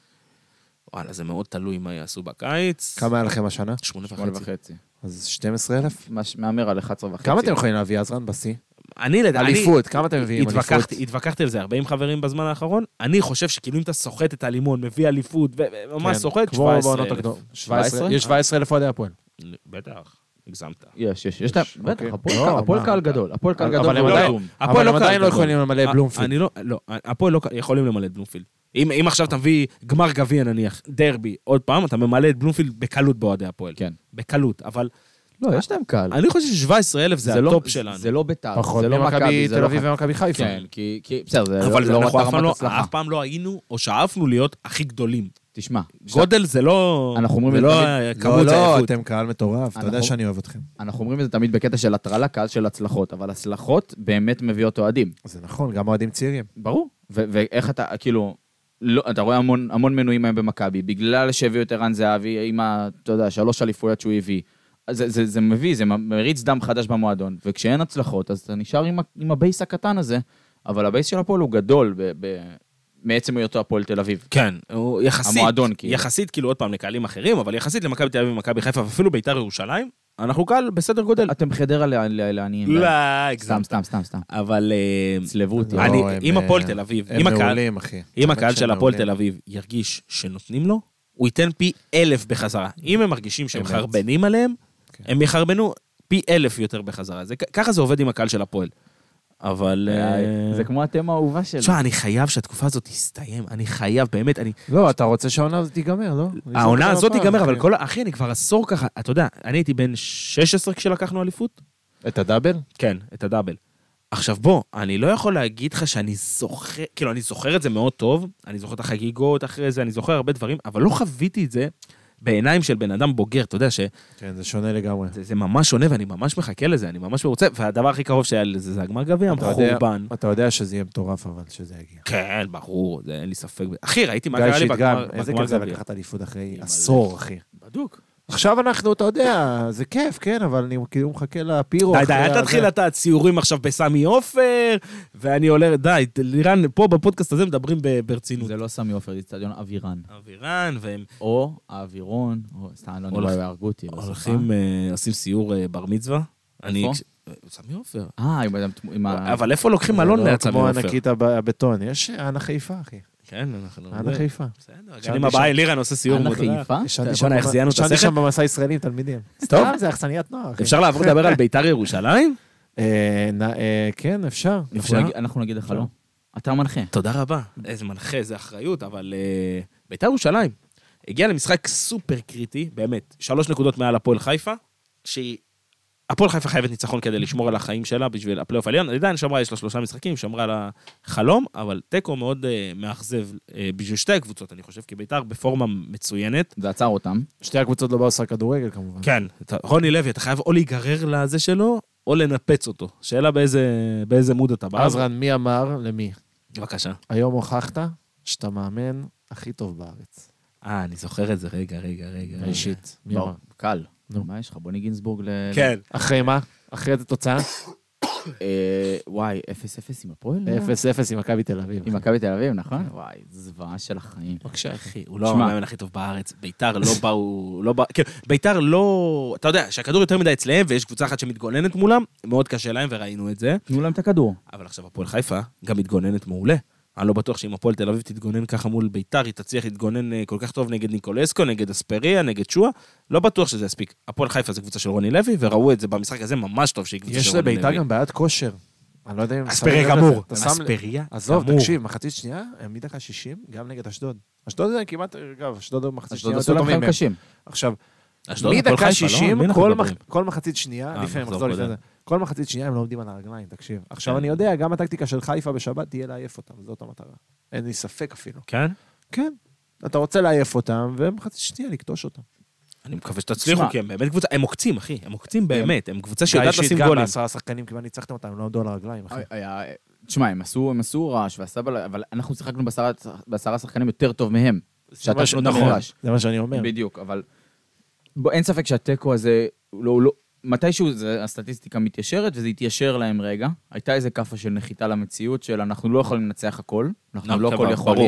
וואלה, זה מאוד תלוי מה יעשו בקיץ. כמה היה לכם השנה? שמונה וחצי. אז שתים עשרה אלף? מאמר על אחת עשרה וחצי. כמה אתם יכולים להביא, עזרן, בשיא? אני לדעתי... אליפות, כמה אתם מביאים אליפות? התווכחתי על זה, ארבעים חברים בזמן האחרון. אני חושב שכאילו אם אתה סוחט את הלימון, מביא אליפות, וממש סוחט, שבע עשרה אלף. יש שבע עשרה אלף אוהדי הפועל. בטח, הגזמת. יש, יש, יש, בטח, הפועל קהל גדול, הפועל קהל גדול. אבל הם עדיין לא יכולים למלא בלומפילד. לא, הפועל לא יכולים למלא בלומפילד. אם עכשיו אתה מביא גמר גביע נניח, דרבי, עוד פעם, אתה ממלא את בלומפילד בקלות באוהדי הפועל. כן. בקלות, אבל... לא, יש להם קהל. אני חושב ש-שבע עשרה אלף זה הטופ שלנו. זה לא בית"ר, פחות ממכבי תל אביב ומכבי חיפה. כן, כי בסדר, זה אבל לא רק רמת הצלחה. אף פעם לא היינו, או שאפנו להיות הכי גדולים. תשמע. גודל זה לא... אנחנו אומרים... לא, לא, אתם קהל מטורף, אתה יודע שאני אוהב אתכם. אנחנו אומרים את זה תמיד בקטע של הטרלה, קהל של הצלחות, אבל הצלחות באמת מביאות אוהדים. זה נכון, גם אוהדים צעירים. ברור. ואיך אתה, כאילו... לא, אתה רואה המון, המון מנויים היום במכבי, בגלל שהביאו את ערן זהבי, עם ה, אתה יודע, שלוש אליפויות שהוא הביא. זה, זה, זה מביא, זה מריץ דם חדש במועדון, וכשאין הצלחות, אז אתה נשאר עם, עם הבייס הקטן הזה, אבל הבייס של הפועל הוא גדול, ב, ב, מעצם היותו הפועל תל אביב. כן, הוא יחסית, המועדון, כאילו. יחסית, כאילו עוד פעם לקהלים אחרים, אבל יחסית למכבי תל אביב ומכבי חיפה, ואפילו בית"ר ירושלים, אנחנו קהל בסדר גודל. אתם חדרה לעניים. לא, סתם, סתם, סתם, סתם. אבל... צלבו אותי. אם הפועל תל אביב, הם מעולים, אחי. אם הקהל של הפועל תל אביב ירגיש שנותנים לו, הוא ייתן פי אלף בחזרה. אם הם מרגישים שהם חרבנים עליהם, הם יחרבנו פי אלף יותר בחזרה. ככה זה עובד עם הקהל של הפועל. אבל... זה כמו התמה האהובה שלו. תשמע, אני חייב שהתקופה הזאת תסתיים. אני חייב, באמת, אני... לא, אתה רוצה שהעונה הזאת תיגמר, לא? העונה הזאת תיגמר, אבל כל... אחי, אני כבר עשור ככה, אתה יודע, אני הייתי בן שש עשרה כשלקחנו אליפות. את הדאבל? כן, את הדאבל. עכשיו בוא, אני לא יכול להגיד לך שאני זוכר, כאילו, אני זוכר את זה מאוד טוב, אני זוכר את החגיגות אחרי זה, אני זוכר הרבה דברים, אבל לא חוויתי את זה בעיניים של בן אדם בוגר, אתה יודע ש... כן, זה שונה לגמרי. זה, זה ממש שונה, ואני ממש מחכה לזה, אני ממש רוצה, והדבר הכי קרוב שהיה לזה, זה הגמר גביע, חורבן. אתה יודע שזה יהיה מטורף, אבל שזה יגיע. כן, ברור, זה אין לי ספק. אחי, ראיתי מה קרה לי בגמר גביע. איזה כזה לקחת אליפות אחרי עשור, אחי. בדוק. עכשיו אנחנו, אתה יודע, זה כיף, כן, אבל אני כאילו מחכה לפירו. די, די, אל תתחיל את הציורים עכשיו בסמי עופר, ואני עולה, די, לירן, פה בפודקאסט הזה מדברים ברצינות. זה לא סמי עופר, זה סטדיון אווירן. אווירן, והם... או האווירון, או סתם, לא נראה, יהרגו אותי. הולכים, עושים סיור בר מצווה. איפה? סמי עופר. אה, עם ה... אבל איפה לוקחים מלון ליד סמי עופר? כמו ענקית הבטון, יש אנה חיפה, אחי. כן, אנחנו... אנה חיפה. בסדר, שנים הבאה, לירן עושה סיור מודרך. אנה חיפה? ישנתי שם במסע ישראלים, תלמידים. טוב. זה אכסניית נוער. אפשר לעבור לדבר על בית"ר ירושלים? כן, אפשר. אנחנו נגיד לך לא. אתה מנחה. תודה רבה. איזה מנחה, איזה אחריות, אבל בית"ר ירושלים הגיע למשחק סופר קריטי, באמת, שלוש נקודות מעל הפועל חיפה, שהיא... הפועל חיפה חייבת ניצחון כדי לשמור על החיים שלה בשביל הפלייאוף העליון. עדיין שמרה, יש לה שלושה משחקים, שמרה על החלום, אבל טקו מאוד uh, מאכזב uh, בשביל שתי הקבוצות, אני חושב, כי בית"ר בפורמה מצוינת. זה עצר אותם. שתי הקבוצות לא באו לשחק כדורגל, כמובן. כן, רוני לוי, אתה חייב או להיגרר לזה שלו, או לנפץ אותו. שאלה באיזה, באיזה מוד אתה בא. עזרן, מי אמר למי? בבקשה. היום הוכחת שאתה מאמן הכי טוב בארץ. אה, אני זוכר את זה, רגע, רגע, רגע. אישית. מי אמר? קל. מה יש לך? בוני גינסבורג ל... כן. אחרי מה? אחרי איזה תוצאה? וואי, אפס אפס עם הפועל? אפס אפס עם מכבי תל אביב. עם מכבי תל אביב, נכון? וואי, זוועה של החיים. בבקשה, אחי. הוא לא המאמן הכי טוב בארץ. בית"ר לא באו... כן, בית"ר לא... אתה יודע, שהכדור יותר מדי אצלהם, ויש קבוצה אחת שמתגוננת מולם, מאוד קשה להם, וראינו את זה. תנו להם את הכדור. אבל עכשיו הפועל חיפה גם מתגוננת מעולה. אני לא בטוח שאם הפועל תל אביב תתגונן ככה מול בית"ר, היא תצליח להתגונן כל כך טוב נגד ניקולסקו, נגד אספריה, נגד שואה, לא בטוח שזה יספיק. הפועל חיפה זה קבוצה של רוני לוי, וראו את זה במשחק הזה ממש טוב שהיא קבוצה של רוני לוי. יש לבית"ר גם בעיית כושר. אני לא יודע אם... אספריה גמור. אספריה גמור. עזוב, תקשיב, מחצית שנייה, הם מדקה שישים, גם נגד אשדוד. אשדוד זה כמעט, אגב, אשדוד מחצית שנייה. אשדוד עשו לכם קשים. עכשיו, מדקה שישים, כל מחצית שנייה, לפעמים מחזור לפני זה. כל מחצית שנייה הם לא עומדים על הרגליים, תקשיב. עכשיו אני יודע, גם הטקטיקה של חיפה בשבת תהיה לעייף אותם, זאת המטרה. אין לי ספק אפילו. כן? כן. אתה רוצה לעייף אותם, ומחצית שנייה לקטוש אותם. אני מקווה שתצליחו, כי הם באמת קבוצה, הם מוקצים, אחי, הם מוקצים באמת, הם קבוצה שיודעת אישית לשים גם גולים. בעשרה שחקנים, כמעט ניצחתם אותם, הם לא עמדו על הרגליים, אחי. היה, תשמע, הם עשו, הם עשו רעש והסבל, אבל אנחנו שיחקנו בעשרה, בעשרה שחקנים יותר טוב מהם. שטפנו את המגרש. זה מה שאני אומר. בדיוק, אבל בוא, אין ספק שהטקו הזה, לא, לא, מתישהו זה, הסטטיסטיקה מתיישרת, וזה יתיישר להם רגע. הייתה איזה קפה של נחיתה למציאות של אנחנו לא יכולים לנצח הכל, אנחנו לא הכל יכולים.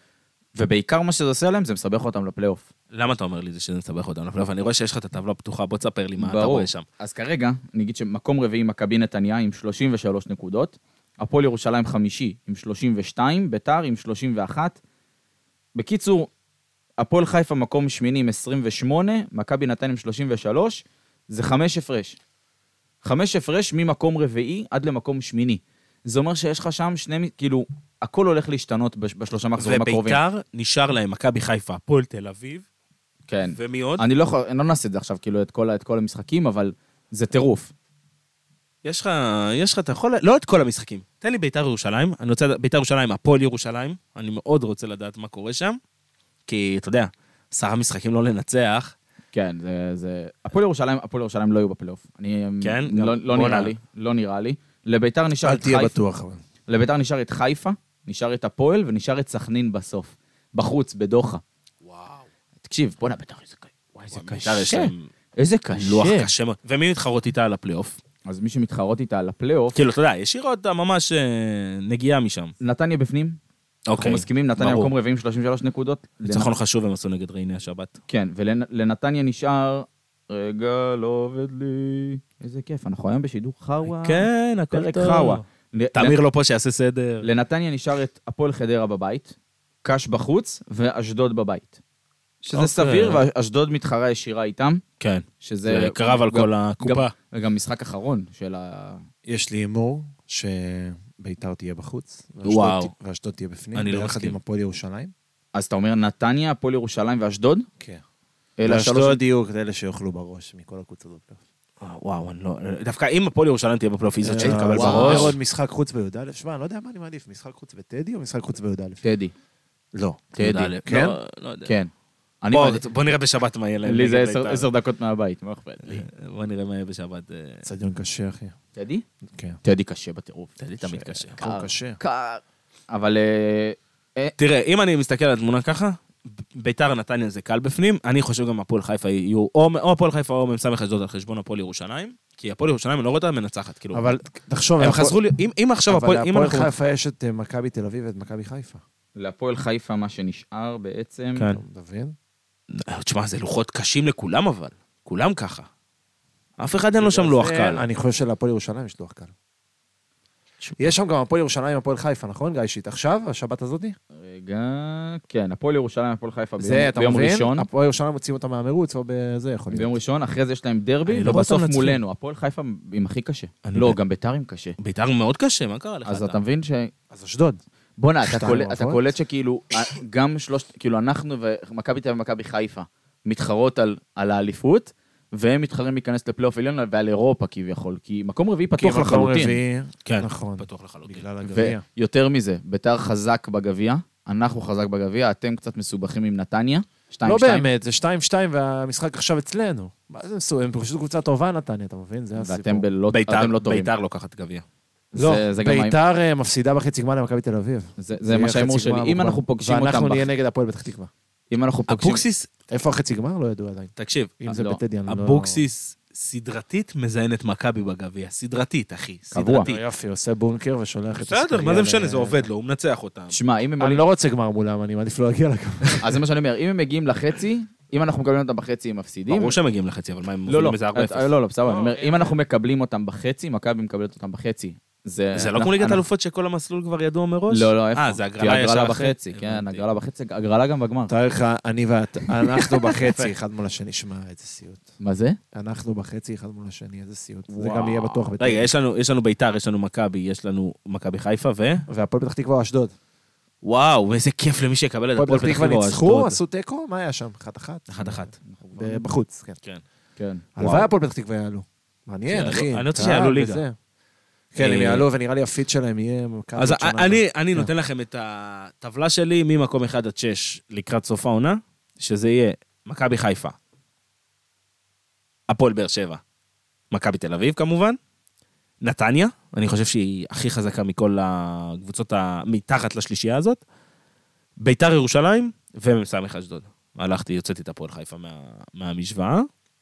ובעיקר מה שזה עושה להם, זה מסבך אותם לפלייאוף. למה אתה אומר לי זה שזה מסבך אותם לפלייאוף? אני רואה שיש לך את הטבלה פתוחה, בוא תספר לי מה אתה רואה שם. אז כרגע, נגיד שמקום רביעי מכבי נתניה עם שלושים ושלוש נקודות, הפועל ירושלים חמישי עם שלושים ושתיים, ביתר עם שלושים ואחת. בקיצור, הפועל חיפה מקום שמיני עם עשרים ושמונה, מכבי נתניה עם שלושים ושלוש, זה חמש הפרש. חמש הפרש ממקום רביעי עד למקום שמיני. זה אומר שיש לך שם שני, כאילו, הכל הולך להשתנות בשלושה מחזורים הקרובים. וביתר נשאר להם מכבי חיפה, הפועל תל אביב. כן. ומי עוד? אני לא, אני לא נעשה את זה עכשיו, כאילו, את כל, את כל המשחקים, אבל זה טירוף. יש לך, יש לך, אתה יכול, לא את כל המשחקים. תן לי ביתר ירושלים, אני רוצה, ביתר ירושלים, הפועל ירושלים, אני מאוד רוצה לדעת מה קורה שם, כי, אתה יודע, עשרה משחקים לא לנצח. כן, זה, זה... הפועל ירושלים, הפועל ירושלים לא יהיו בפלייאוף. אני, כן? לא, לא נראה לי, לא נראה לי. לביתר נשאר את חיפה. אל תהיה בטוח, אבל. לביתר נשאר את חיפה, נשאר את הפועל, ונשאר את סכנין בסוף. בחוץ, בדוחה. וואו. תקשיב, בוא נביתר, איזה קשה. וואי, איזה ביתר יש קשה. להם איזה קשה. לוח קשה מאוד. ומי מתחרות איתה על הפלייאוף? אז מי שמתחרות איתה על הפלייאוף... כאילו, אתה יודע, ישירה אותה ממש נגיעה משם. נתניה בפנים. אנחנו מסכימים, נתניה מקום רביעים שלושים ושלוש נקודות. ניצחון חשוב הם עשו נגד ריינה השבת. כן, ולנתניה נשאר... רגע, לא עובד לי... איזה כיף, אנחנו היום בשידור חווה. כן, הכל טוב. תמיר לא פה שיעשה סדר. לנתניה נשאר את הפועל חדרה בבית, קש בחוץ ואשדוד בבית. שזה סביר, ואשדוד מתחרה ישירה איתם. כן. שזה קרב על כל הקופה. וגם משחק אחרון של ה... יש לי הימור שביתר תהיה בחוץ. וואו. ואשדוד תהיה בפנים. אני לא ביחד מסכים. עם הפועל ירושלים. אז אתה אומר נתניה, הפועל ירושלים ואשדוד? כן. אלה שלוש... ואשדוד יהיו כאלה שיאכלו בראש מכל הקבוצות. וואו, אני לא... דווקא אם הפועל ירושלים תהיה בפלייאוף, היא זאת שהתקבל וואו. בראש. עוד משחק חוץ בי"א. שמע, אני לא יודע מה אני מעדיף, משחק חוץ בטדי או משחק חוץ בי"א? טדי. לא. טדי. כן? לא יודע. כן. בוא נראה בשבת מה יהיה להם. לי זה עשר דקות מהבית, מה אכפת לי? בוא נראה מה יהיה בשבת. צדיון קשה, אחי. טדי? כן. טדי קשה בטירוף. טדי תמיד קשה. קר קשה. קר. אבל... תראה, אם אני מסתכל על התמונה ככה, ביתר נתניה זה קל בפנים, אני חושב גם הפועל חיפה יהיו, או הפועל חיפה או מ"ס אשדוד על חשבון הפועל ירושלים, כי הפועל ירושלים אני לא רואה אותה מנצחת, כאילו. אבל תחשוב... הם חזרו לי, אם עכשיו הפועל... אבל להפועל חיפה יש את מכבי תל אביב ואת מכבי חיפה. להפועל חיפה מה שנשאר בעצם... כן. אתה מבין? תשמע, זה לוחות קשים לכולם אבל. כולם ככה. אף אחד אין לו שם לוח קל. אני חושב שלהפועל ירושלים יש לוח קל. יש שם גם הפועל ירושלים והפועל חיפה, נכון? גיא שיט, עכשיו, השבת הזאת? רגע, כן, הפועל ירושלים והפועל חיפה זה, אתה ביום מבין? ראשון. הפועל ירושלים מוציאים אותם מהמרוץ, או בזה יכול להיות. ביום ראשון, אחרי זה יש להם דרבי, לא ובסוף בטוח מולנו. הפועל חיפה עם הכי קשה. אני לא, יודע. גם ביתר עם קשה. ביתר מאוד קשה, מה קרה לך? אז אתה מבין ש... אז אשדוד. בוא'נה, אתה שתיים קולט- אתה ארבעות? קולט שכאילו, גם שלושת, כאילו אנחנו ומכבי תל אביב ומכבי חיפה מתחרות על- על האליפות, והם מתחרים להיכנס לפלייאוף עליון ועל אירופה כביכול, כי מקום רביעי פתוח כי מקום לחלוטין. רביעי, כן, נכון. פתוח לחלוטין. בגלל הגביע. ויותר מזה, ביתר חזק בגביע, אנחנו חזק בגביע, אתם קצת מסובכים עם נתניה, שתיים לא שתיים, באמת, זה שתיים שתיים והמשחק עכשיו אצלנו. מה זה מסוים? הם פשוט קבוצה טובה נתניה, אתה מבין? זה הסיפור. ואתם בלא- ביתר- אתם לא טובים. ביתר לוקחת גביע. לא, זה- זה גם ביתר אה, מפסידה בחצי גמר למכבי תל אביב. זה- זה מה שהאימור שלי. אם אנחנו פוגשים אותם... ואנחנו בח- נהיה נגד הפועל פתח תקווה. אם אנחנו פוגשים... אבוקסיס, איפה החצי גמר? לא ידעו עדיין. תקשיב, אם זה לא. בטדי, אני לא... אבוקסיס סדרתית מזיין את מכבי בגביע. סדרתית, אחי. קבוע. סדרתית. יופי, עושה בונקר ושולח את בסדר, מה זה משנה? זה עובד לו, הוא מנצח אותם. שמע, אם הם אני עולים... לא רוצה גמר מולם, אני מעדיף לא להגיע לגמר. אז זה מה שאני אומר, אם הם מגיעים לחצי, אם אנחנו מקבלים אותם בחצי, הם מפסידים. ברור שהם מגיעים לחצי, אבל מה הם לא, מובילים לא, איזה ארבע אפס? לא, לא, בסדר, אני אומר, אין. אם אנחנו מקבלים אותם בחצי, מכבי מקבלת אותם בחצי. זה לא אנחנו- כמו ליגת אנחנו- אלופות שכל המסלול כבר ידוע מראש? לא, לא, איפה? אה, זה כי הגרלה ישר הגרלה אחרי? בחצי, כן, הבנתי. הגרלה בחצי, הגרלה גם בגמר. תאר לך, אני ואנחנו בחצי, אחד מול השני, שמע, איזה סיוט. מה זה? אנחנו בחצי, אחד מול השני, איזה סיוט. זה וואו. גם יהיה בטוח בטדי. רגע, יש לנו- יש לנו ביתר, יש לנו מכבי, יש לנו מכבי חיפה, ו... והפועל פתח תקווה או אשדוד. וואו, איזה כיף למי שיקבל את הפועל הפועל פתח פתח תקווה תקווה. ניצחו, אשדוד. עשו תיקו, מה היה שם? אחת אחת? אחת אחת. בחוץ, כן. כן. כן. הלוואי הפועל פתח תקווה יעלו. מעניין, שיעלו. אחי. אני רוצה קהל שיעלו ליגה. וזה. כן, הם אה, יעלו, ונראה לי הפיט שלהם יהיה... מכבי אז עוד שנה. אני, אני כן. נותן לכם את הטבלה שלי ממקום אחד עד שש לקראת סוף העונה, שזה יהיה מכבי חיפה, הפועל באר שבע, מכבי תל אביב כמובן, נתניה, אני חושב שהיא הכי חזקה מכל הקבוצות מתחת לשלישייה הזאת, ביתר ירושלים ומסמך אשדוד. הלכתי, יוצאתי את הפועל חיפה מה, מהמשוואה.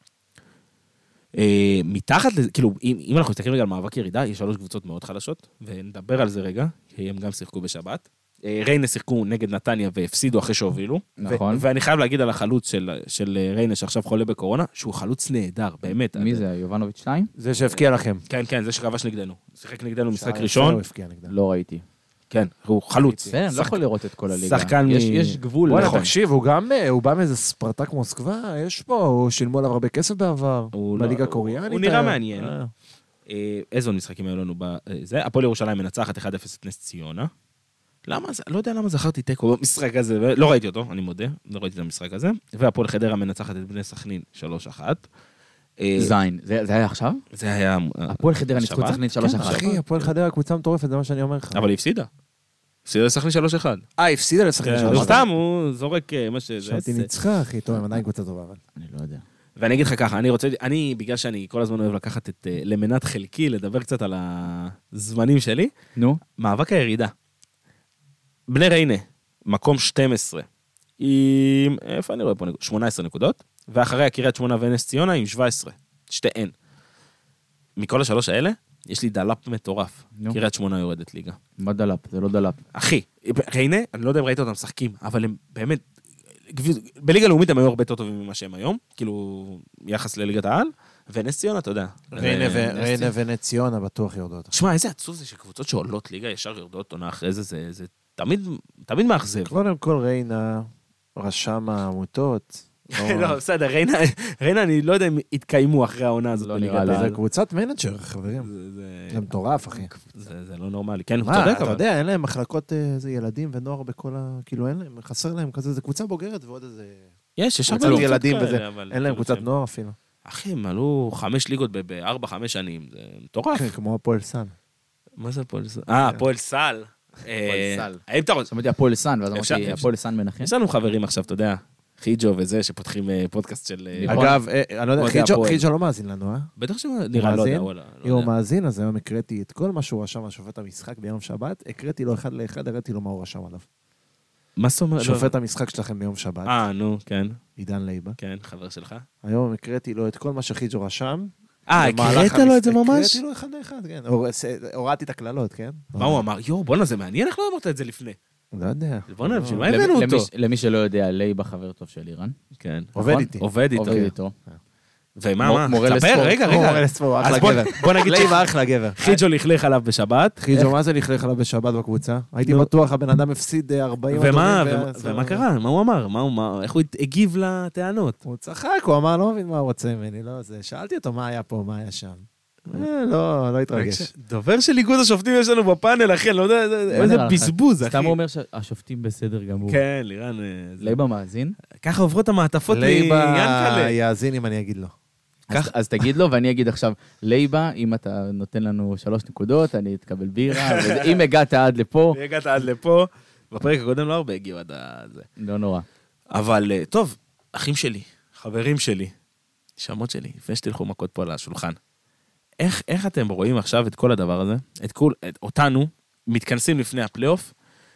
מתחת, כאילו, אם, אם אנחנו מסתכלים רגע על מאבק ירידה, יש שלוש קבוצות מאוד חלשות, ונדבר על זה רגע, כי הם גם שיחקו בשבת. ריינה שיחקו נגד נתניה והפסידו אחרי שהובילו. נכון. ו- ואני חייב להגיד על החלוץ של, של ריינה שעכשיו חולה בקורונה, שהוא חלוץ נהדר, באמת. מי זה, יובנוביץ' שתיים? זה שהפקיע לכם. כן, כן, זה שכבש נגדנו. שיחק נגדנו משחק ראשון. לא ראיתי. כן, הוא חלוץ. כן, לא יכול לראות את כל הליגה. שחקן יש, מ... יש גבול. בוא'נה, נכון. תקשיב, הוא גם, הוא בא מאיזה ספרטק מוסקבה, יש פה, הוא שילמו עליו הרבה כסף בעבר, בליגה הקוריאנית. הוא נראה מעניין. איזה משחקים היו לנו בזה? הפועל ירושלים מנצחת אחד אפס את נס ציונה. למה זה? לא יודע למה זכרתי תיקו במשחק הזה, לא ראיתי אותו, אני מודה, לא ראיתי את המשחק הזה. והפועל חדרה מנצחת את בני סכנין שלוש אחת. זין, זה היה עכשיו? זה היה... הפועל חדרה ניצחו את סכנין שלוש אחת. אחי, הפועל חדרה קבוצה מטורפת, זה מה שאני אומר לך. אבל היא הפסידה. הפסידה לסכנין שלוש אחת. אה, הפסידה לסכנין שלוש אחת. סתם, הוא זורק מה שזה... שאלתי ניצחה, אחי, טוב, הם עדיין קבוצה טובה, אבל... אני לא יודע. ואני אגיד לך ככה, אני רוצה, אני, בגלל שאני כל הזמן אוהב לקחת את למנת חלקי, לדבר קצת על הזמנים שלי, נו? מאבק הירידה. בני ריינה, מקום שתים עשרה, עם, איפה אני רואה פה, שמונה עשרה נקודות, ואחרי קריית שמונה ונס ציונה עם שבע עשרה, שתיהן. מכל השלוש האלה, יש לי דלאפ מטורף. נו. קריית שמונה יורדת ליגה. מה דלאפ? זה לא דלאפ. אחי, ריינה, אני לא יודע אם ראית אותם משחקים, אבל הם באמת, בליגה לאומית הם היו הרבה יותר טובים ממה שהם היום, כאילו, יחס לליגת העל, ונס ציונה, אתה יודע. ריינה ונס ציונה בטוח יורדות. שמע, איזה עצוב זה שקבוצות שעולות ליגה ישר יורדות עונה אחרי זה, זה, זה תמיד, תמיד מאכזב. קודם כל ריינה, רשם העמותות. לא, בסדר, ריינה, ריינה, אני לא יודע אם התקיימו אחרי העונה הזאת. לא נראה לי. זה קבוצת מנג'ר, חברים. זה מטורף, אחי. זה לא נורמלי. כן, הוא מה, צודק, אתה אבל. יודע, אין להם מחלקות, זה ילדים ונוער בכל ה... כאילו, אין להם, חסר להם כזה, זה קבוצה בוגרת ועוד איזה... יש, יש הרבה קבוצת קבוצות ילדים כאלה, וזה. אבל- אין להם קבוצת נוער אפילו. אחי, הם עלו חמש ליגות ב- בארבע, חמש שנים, זה מטורף. כן, כמו הפועל סן. מה זה הפועל סל? אה, הפועל סל. סל. האם אתה רוצה? שמעתי הפועל סן, ואז אפשר- אמרתי, אפשר. הפועל סן מנחם. יש לנו חברים עכשיו, אתה יודע, חיג'ו וזה, שפותחים אה, פודקאסט של... אה, נכון. אגב, אה, אני לא יודע, אוהדי חיג'ו- הפועל. חיג'ו לא מאזין לנו, אה? בטח שנראה, לא יודע, מאזין? וואלה. לא אם הוא יודע. מאזין, אז היום הקראתי את כל מה שהוא רשם על שופט המשחק ביום שבת, הקראתי לו אחד לאחד, הראיתי לו מה הוא רשם עליו. מה זאת אומרת? שופט המשחק שלכם ביום שבת, אה, נו, כן, עידן לייבה. כן, חבר שלך. היום הקראתי לו את כל מה שחיג'ו רשם. אה, במהלך הקראת לו את זה המשחק. ממש? הקראתי לו אחד לאחד, כן. הור- הורדתי את הקללות, כן? מה הוא אמר? יואו, בואנה, זה מעניין, איך לא אמרת את זה לפני? לא יודע. בואנה, בשביל מה למי- הבאנו למי- אותו? למי שלא יודע, לייבה חבר טוב של איראן. כן. עובד נכון? איתי. עובד איתו. עובד איתו. ומה, מור- מה? מורה ספר, לספורט. רגע, הוא רגע. מורה לספורט, הוא אז אחלה בוא- גבר. בוא נגיד לייבה אחלה גבר. שחיג'ו לכלך עליו בשבת. חיג'ו, מה זה לכלך עליו בשבת בקבוצה? הייתי נו. בטוח, הבן אדם הפסיד אה, ארבעים ומה, אדומים, ומה- וזה- ומה קרה? מה הוא אמר? מה הוא- מה- איך הוא הגיב לטענות? הוא צחק, הוא אמר, לא מבין מה הוא רוצה ממני, לא זה. שאלתי אותו מה היה פה, מה היה שם. אה, לא, לא התרגש. דובר של איגוד השופטים יש לנו בפאנל, אחי, אני לא יודע, איזה נראה לך? בזבוז, אחי. סתם הוא אומר שהשופטים בסדר גמור. כן, לירן, אה, זה- לייבה מאזין? ככה עוברות המעטפות לייבה מיאנקלה. יאזין אם אני אגיד לו. אז- אז תגיד לו, ואני אגיד עכשיו, לייבה, אם אתה נותן לנו שלוש נקודות, אני אתקבל בירה, ואם הגעת עד לפה, הגעת עד לפה, בפרק הקודם לא הרבה הגיעו עד זה. לא נורא. אבל אה, טוב, אחים שלי, חברים שלי, שמות שלי, לפני שתלכו מכות פה על השולחן. איך, איך אתם רואים עכשיו את כל הדבר הזה, את כל, את, אותנו, מתכנסים לפני הפלייאוף,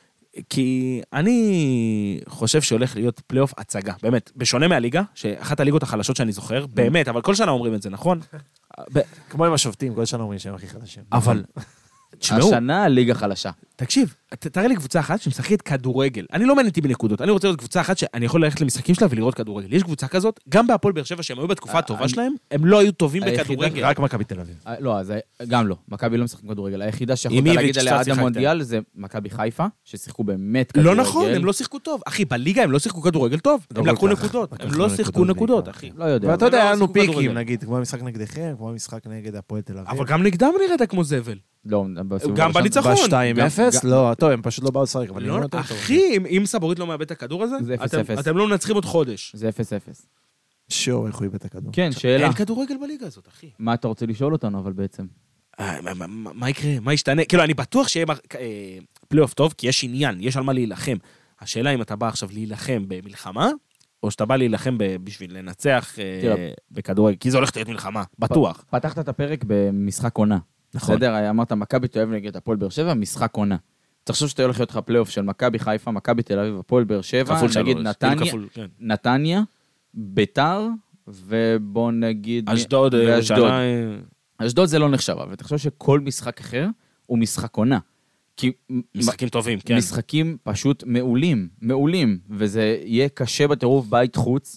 כי אני חושב שהולך להיות פלייאוף הצגה, באמת, בשונה מהליגה, שאחת הליגות החלשות שאני זוכר, באמת, אבל כל שנה אומרים את זה, נכון? ב- כמו עם השופטים, כל שנה אומרים שהם הכי חדשים. אבל, תשמעו, השנה ליגה חלשה. תקשיב, ת- תראה לי קבוצה אחת שמשחקת כדורגל. אני לא מעניין אותי בנקודות, אני רוצה לראות קבוצה אחת שאני יכול ללכת למשחקים שלה ולראות כדורגל. יש קבוצה כזאת, גם בהפועל באר שבע, שהם היו בתקופה הטובה אני- שלהם, הם לא היו טובים היחידה- בכדורגל. רק מכבי תל אביב. אה, לא, אז גם לא. מכבי לא משחקים כדורגל. היחידה שיכולת עם איביץ' להגיד קצת עליה עד שיחקתם. המונדיאל זה מכבי חיפה, ששיחקו באמת כדורגל. לא נכון, הם לא שיחקו טוב. אחי, בליגה הם לא שיחקו כדורגל טוב. הם לא לקחו כל כך. נקודות. לקחו הם לא שיחקו נקודות נקודות, בעיקר, אחי. לא יודע. ואתה יודע, לא היה לנו שיחקו כדורגל. פיקים, נגיד, כמו המשחק נגדכם, כמו המשחק נגד הפועל תל אביב. אבל גם נגדם נראית כמו זבל. לא, בסיבוב גם הראשון- בניצחון. ב-שתיים אפס? גם- לא, טוב, הם פשוט לא באו לשחק, אבל לא, נראו יותר טוב. אחי, אם- אם סבורית לא מאבד את הכדור הזה, זה אפס אתם- אפס. אתם לא מנצחים עוד חודש. זה אפס אפס. שואו, איך הוא איבד את הכדור. כן, שאלה. אין כדורגל בליגה הזאת, אחי. מה אתה רוצה לשאול אותנו, אבל בעצם? אה, מה- מה- מה מה יקרה? מה ישתנה? כאילו, אני בטוח שיהיה מר- אה, פלייאוף טוב, כי יש עניין, יש על מה להילחם. השאלה אם אתה בא עכשיו להילחם במלחמה, או שאתה בא להילחם בשביל לנצח בכדורגל, כי זה הולך להיות מלחמה, בטוח. פתחת את הפרק במשחק עונה. נכון. בסדר, אמרת, מכבי תל אביב נגד הפועל באר שבע, משחק עונה. תחשוב שאתה הולך להיות לך פלייאוף של מכבי חיפה, מכבי תל אביב, הפועל באר שבע, נגיד נתניה, נתניה, ביתר, ובוא נגיד... אשדוד, ירושלים. אשדוד זה לא נחשב, ותחשוב שכל משחק אחר הוא משחק עונה. כי משחקים טובים, כן. משחקים פשוט מעולים, מעולים, וזה יהיה קשה בטירוף בית חוץ.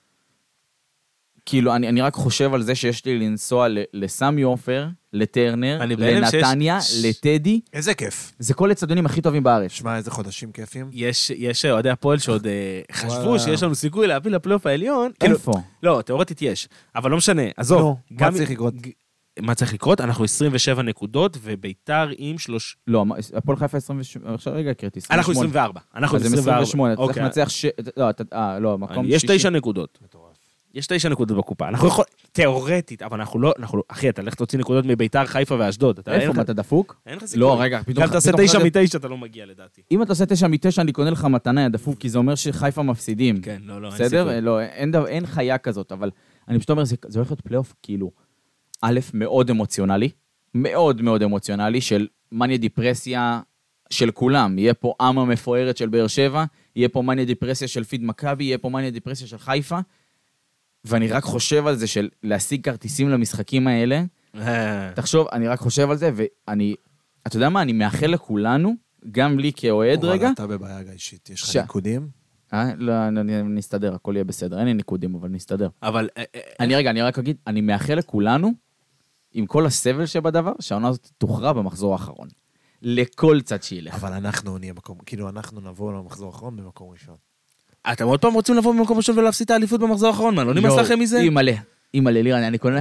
כאילו, אני, אני רק חושב על זה שיש לי לנסוע לסמי עופר, לטרנר, לנתניה, שיש... לטדי. איזה כיף. זה כל הצדונים הכי טובים בארץ. שמע, איזה חודשים כיפים. יש, יש אוהדי הפועל שעוד חשבו שיש לנו סיכוי להביא לפלייאוף העליון. איפה? כאילו, לא, תיאורטית יש, אבל לא משנה, עזוב. לא, מה צריך לקרות? מה צריך לקרות? אנחנו עשרים ושבע נקודות, וביתר עם שלוש... לא, הפועל חיפה עשרים ושמונה, עכשיו רגע קרטיס. אנחנו עשרים וארבע. אנחנו עשרים ושמונה. אתה צריך לנצח ש... לא, אתה... לא, מקום שישי. יש תשע נקודות. יש תשע נקודות בקופה. אנחנו יכולים... תיאורטית, אבל אנחנו לא... אחי, אתה הולך תוציא נקודות מביתר, חיפה ואשדוד. איפה, מה, אתה דפוק? אין לך סיכוי. לא, רגע, פתאום... גם תעשה תשע מתשע, אתה לא מגיע לדעתי. אם אתה עושה תשע מתשע, אני קונה לך מתנה, יא דפוק, כי זה אומר שחיפה מפסידים. כן, לא, לא, אין בסדר? סיכוי. לא, אין חיה כזאת, אבל אני פשוט אומר, זה הולך להיות פלייאוף, כאילו, א', מאוד אמוציונלי, מאוד מאוד אמוציונלי, של מניה דיפרסיה של כולם. יהיה פה עם המפוארת של באר שבע, יהיה פה מניה דיפרסיה של פיד מכבי, יהיה פה מניה דיפרסיה של חיפה, ואני רק חושב על זה של להשיג כרטיסים למשחקים האלה. תחשוב, אני רק חושב על זה, ואני, אתה יודע מה, אני מאחל לכולנו, גם לי כאוהד רגע. אבל אתה בבעיה אישית, יש לך ניקודים? אה, לא, נסתדר, הכל יהיה בסדר. אין לי ניקודים, אבל נסתדר. אבל... אני רגע, אני רק אגיד, אני מאחל לכולנו, עם כל הסבל שבדבר, שהעונה הזאת תוכרע במחזור האחרון. לכל צד שילך. אבל אנחנו נהיה מקום, כאילו אנחנו נבוא למחזור האחרון במקום ראשון. אתם עוד פעם רוצים לבוא במקום ראשון ולהפסיד את האליפות במחזור האחרון, מה? לא נמאס לכם מזה? אימא'לה, אימא'לה, לירן, אני קונה...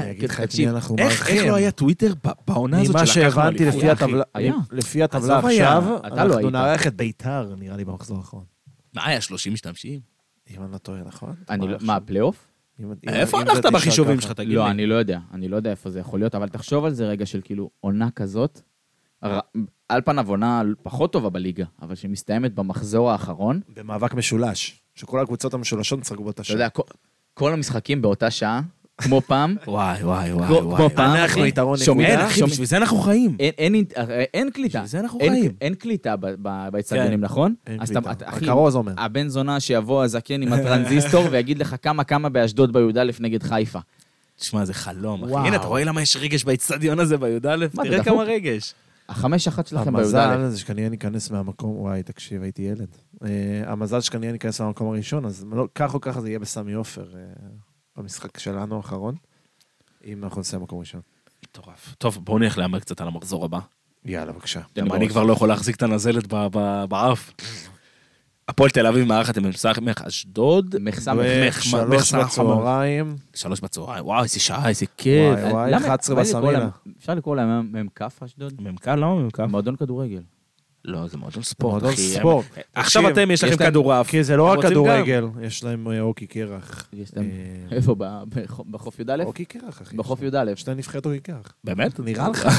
איך לא היה טוויטר בעונה הזאת ממה שהבנתי לפי הטבלה עכשיו, אתה לא אנחנו נערך את ביתר, נראה לי, במחזור האחרון. מה היה, שלושים משתמשים? אם אני לא טועה, נכון? מה, הפלייאוף? איפה הלכת בחישובים שלך, תגיד לי? לא, אני לא יודע, אני לא יודע איפה זה יכול להיות, אבל תחשוב על זה רגע של כאילו עונה כזאת, על פניו עונה פחות טובה בליגה, אבל שמסתיימת במחזור האחרון. במאבק משולש, שכל הקבוצות המשולשות נצחקו באותה שעה. אתה יודע, כל המשחקים באותה שעה, כמו פעם. וואי, וואי, וואי. כמו פעם. אנחנו יתרון נקודה. אין, אחי, בשביל זה אנחנו חיים. אין קליטה. בשביל זה אנחנו חיים. אין קליטה באצטדיונים, נכון? אין קליטה. הכרוז אומר. הבן זונה שיבוא הזקן עם הטרנזיסטור ויגיד לך כמה כמה באשדוד בי"א נגד חיפה. תשמע, זה חלום, אחי. הנה, אתה רואה למה יש רגש באצטדיון הזה בי"א? תראה כמה רגש. החמש אחת שלכם בי"א. המזל זה שכנראה ניכנס מהמקום, וואי, תקשיב, הייתי ילד. המזל שכנראה ניכנס מהמקום הראשון, אז כך או ככה זה יהיה בסמי עופר, במשחק שלנו האחרון, אם אנחנו נסיים מקום ראשון. מטורף. טוב, בואו נלך להמר קצת על המחזור הבא. יאללה, בבקשה. אני כבר לא יכול להחזיק את הנזלת באף. הפועל תל אביב מארחת עם סמך אשדוד. שלוש בצהריים. שלוש בצהריים. וואו, איזה שעה, איזה כיף. וואי, וואי, אחת עשרה בסמינה. אפשר לקרוא להם ממקף אשדוד? ממקף? למה ממקף? מועדון כדורגל. לא, זה מועדון ספורט. מועדון ספורט. עכשיו אתם, יש לכם כדורעף. כי זה לא רק כדורגל, יש להם אוקי קרח. איפה? בחוף י"א? אוקי קרח, אחי. בחוף י"א. יש להם נבחרת אוקי קרח. באמת? נראה לך.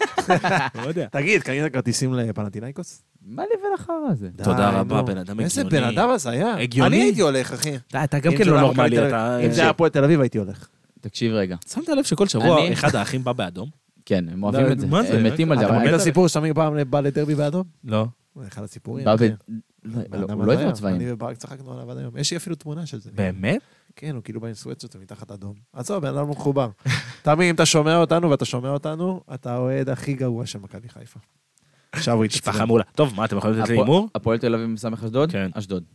לא יודע. תגיד, קנית כרטיסים לפנתינייקוס? מה לי ולחר הזה? תודה רבה, בן אדם הגיוני. איזה בן אדם הזה היה? הגיוני. אני הייתי הולך, אחי. אתה גם כן לא נורמלי. אם זה היה הפועל תל אביב, הייתי הולך. תקשיב רגע. שמת לב שכל שבוע אחד האחים בא באדום? כן, הם אוהבים את זה. הם מתים על זה. אתה מכיר את הסיפור שתמיד פעם בא לדרבי באדום? לא. זה אחד הסיפורים. הוא לא הביא צבעים. אני וברק צחקנו עליו עד היום. יש לי אפילו תמונה של זה. באמת? כן, הוא כאילו בא עם סוויטשרט מתחת אדום. עצור, בן אדם מחובר. תמיד, אם אתה שומע אותנו ואתה שומע אותנו, אתה האוהד הכי גרוע של מכבי חיפה. עכשיו הוא יתעצבן. משפחה מעולה. טוב, מה, אתם יכולים לתת לי הימור? הפועל תל אביב מסמך אשדוד? כן. אשדוד.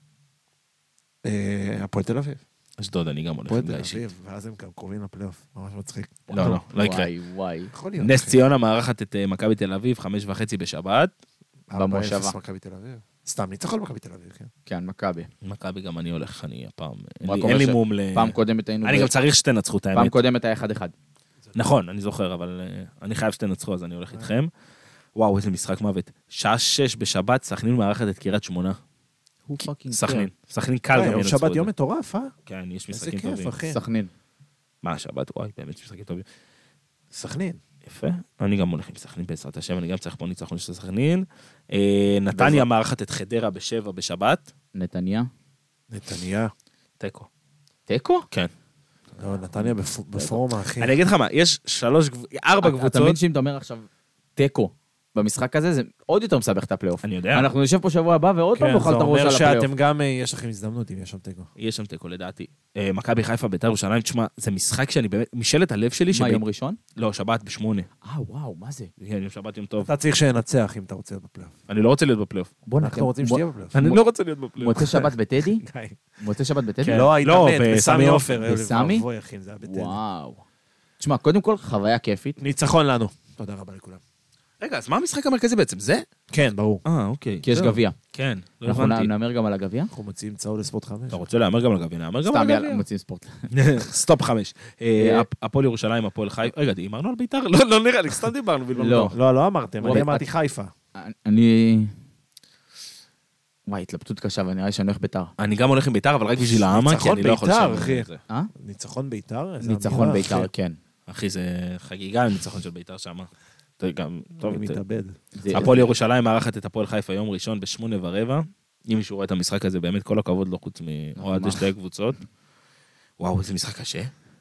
הפועל תל אביב. אשדוד, אני גם הולך עם גיא אישית. ואז הם גם קרובים לפלייאוף. ממש מצחיק. לא, לא, לא יקרה. וואי, וואי. נס ציונה מארחת את מכבי תל אביב, חמש וחצי בשבת. במושבה. מכבי תל אביב. סתם, ניצחון מכבי תל אביב, כן. כן, מכבי. מכבי גם אני הולך, אני הפעם, אין לי מום ל... פעם קודמת היינו... אני גם צריך שתנצחו את האמת. פעם קודמת היה אחד אחד. נכון, אני זוכר, אבל אני חייב שתנצחו, אז אני הולך איתכם. וואו, איזה משחק מוות. שעה שש בשבת, סכנין מארחת את קריית שמונה. סכנין. סכנין קל גם ינצחו. שבת יום מטורף, אה? כן, יש משחקים טובים. סכנין. מה, שבת? וואי, באמת משחקים טובים. סכנין. יפה. אני גם הולך עם סכנין בעזרת השם, אני גם צריך פה ניצחון של סכנין. נתניה מארחת את חדרה בשבע בשבת. נתניה. נתניה. תיקו. תיקו? כן. לא, נתניה בפורמה, אחי. אני אגיד לך מה, יש שלוש, ארבע אתה קבוצות. מבין שאם אתה אומר עכשיו תיקו במשחק הזה, זה עוד יותר מסבך את הפלייאוף. אני יודע. אנחנו נשב פה שבוע הבא ועוד פעם כן, נאכל זה את הראש על אומר הפלייאוף. שאתם גם, יש לכם הזדמנות אם יש שם תיקו. יש שם תיקו, לדעתי. אה, מכבי חיפה, בית"ר ירושלים, תשמע, זה משחק שאני באמת, משאלת הלב שלי, מה, שב- יום ראשון? לא, שבת בשמונה. אה, וואו, מה זה? כן, יום שבת יום טוב. אתה צריך שננצח אם אתה רוצה להיות בפלייאוף. אני לא רוצה להיות בפלייאוף. בוא אנחנו רוצים שתהיה בפלייאוף. אני לא רוצה להיות בפלייאוף. מוצא שבת בטדי? גיא. מוצא שבת בטדי? כן. לא, היית לא, מת, בסמי בסמי עופר. עופר. בסמי? אוי, אחי, זה היה בטדי. וואו. תשמע, קודם כל, חוויה כיפית. ניצחון לנו. תודה רבה לכולם. רגע, אז מה המשחק המרכזי בעצם? זה? כן, ברור. אה, אוקיי. כי יש זהו. גביע. כן, לא אנחנו הבנתי. נאמר גם על הגביע? אנחנו מוציאים צהוב לספורט חמש. אתה רוצה להאמר גם על הגביע? נאמר גם סתם, על יאללה, הגביע. מוצאים ספורט. סטופ חמש. אה, הפ- הפועל ירושלים, הפועל חיפה. רגע, אמרנו על בית"ר? לא, לא נראה לי, סתם דיברנו. בלבד. לא. לא, לא אמרתם, וואי, אני אמרתי חיפה. אני... וואי, התלבטות קשה, ונראה לי שאני הולך ביתר. אני גם הולך עם בית"ר, אבל רק בשביל העמה, כי ניצחון אני לא יכול בית"ר, לשם. אחי. זה. אה? ניצחון בית"ר? איזה ניצחון אמירה, ביתר, אחי. כן. אחי, זה חגיגה ניצחון של בית"ר שם. זה גם, טוב, אני זה- מתאבד. זה- הפועל ירושלים מארחת את הפועל חיפה יום ראשון בשמונה ורבע. אם מישהו רואה את המשחק הזה, באמת כל הכבוד לו, חוץ מאוהדי שתי קבוצות. וואו, איזה משחק קשה.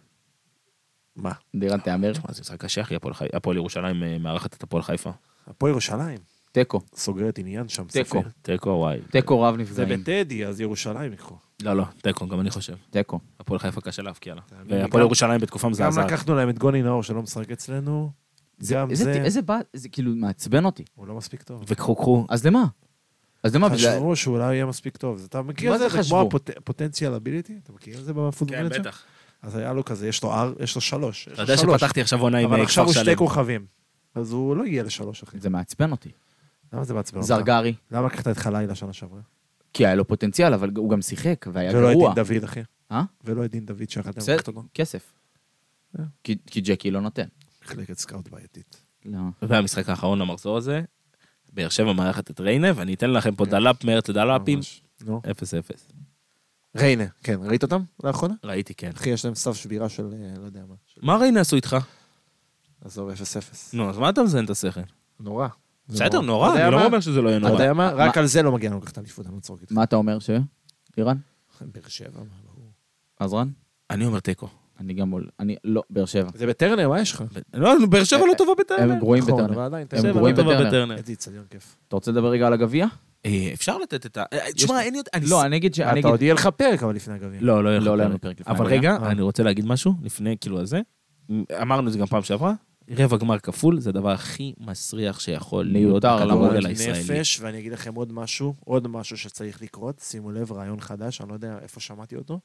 מה? דירן תאמר. תשמע, זה משחק קשה, אחי, הפועל חי- הפועל ירושלים אה, מארחת את הפועל חיפה. הפועל ירושלים. תיקו. סוגרת עניין שם. תיקו. ספיר. תיקו, וואי. תיקו רב זה נפגעים. בטדי, אז ירושלים יקחו. לא, לא, תיקו, גם אני חושב. תיקו. הפועל חיפה קשה להבקיע לה. לי, והפועל גם- ירושלים בתקופה גם מזעזעת. לקחנו להם את גוני נאור שלא משחק אצלנו. גם איזה- זה, איזה בא... זה כאילו מעצבן אותי. הוא לא מספיק טוב. וקחו, קחו. אז למה? אז למה? בגלל- חשבו שאולי יהיה מספיק טוב. אז אתה מכיר מה את זה? זה זה חשבו? כמו הפוטנציאל אביליטי? אתה מכיר את זה בפוטבול? כן, בטח. אז היה לו כזה, יש לו אר- יש לו שלוש. יש אתה לו יודע שלוש. שפתחתי עכשיו עונה עם אבל אה, עכשיו כפר הוא שתי שלם. כוכבים. אז הוא לא יהיה לשלוש, אחי. זה מעצבן אותי. למה זה מעצבן אותך? זרגרי. למה לקחת את חלילה שנה שעברה? כי היה לו פוטנציאל, אבל הוא גם שיחק, והיה ולא את גרוע. דין דוד, אחי. אה? ולא את דין דוד שאחת בסדר, לקחת אותו. כסף. אה. כי כי ג'קי לא נותן. מחלקת סקאוט בעייתית. לא. והמשחק האחרון למחזור הזה, באר שבע מארחת את ריינה, ואני אתן לכם פה דלאפ מרץ לדלאפים, ממש. נו. אפס אפס. ריינה, כן, ראית אותם לאחרונה? ראיתי, כן. אחי, יש להם סף שבירה של, אה, לא יודע מה. של- מה ריינה עשו איתך? עזוב, אפס אפס. נו, אז מה אתה מזיין את השכל? נורא. זה בסדר, נורא. נורא, אתה יודע אני לא מה? אומר שזה לא יהיה אתה נורא. יודע מה? רק מה- על זה לא מגיע לנו לקחת אליפות, אני לא צוחק איתך. מה אתה אומר ש... דירן? באר שבע, מה, ברור. עזרן? אני אומר תיקו. אני גם... עול- אני... לא, באר שבע. זה בטרנר, מה יש לך? לא, באר שבע לא טובה בטרנר. הם גרועים נכון, בטרנר. אבל עדיין, הם תשע, גרועים לא טובה בטרנר. בטרנר. איזה איצטדיון כיף. אתה רוצה לדבר רגע על הגביע? אה, אפשר לתת את ה... אה, תשמע, אין לי עוד... אני- לא, אני אגיד ש... אני אתה אגיד... עוד יהיה לך פרק, אבל לפני הגביע. לא, לא יהיה לך לא, לא היה פרק. לנו פרק לפני אבל הגביע. רגע, אה. אני רוצה להגיד משהו, לפני כאילו הזה. אמרנו את זה גם פעם שעברה, רבע גמר כפול, זה הדבר הכי מסריח שיכול להיות מיותר, בכדורגל גועל הישראלי. נפש, ואני אגיד לכם עוד משהו, עוד משהו שצריך לקרות, שימו לב, רעיון חדש, אני לא יודע איפה שמעתי אותו.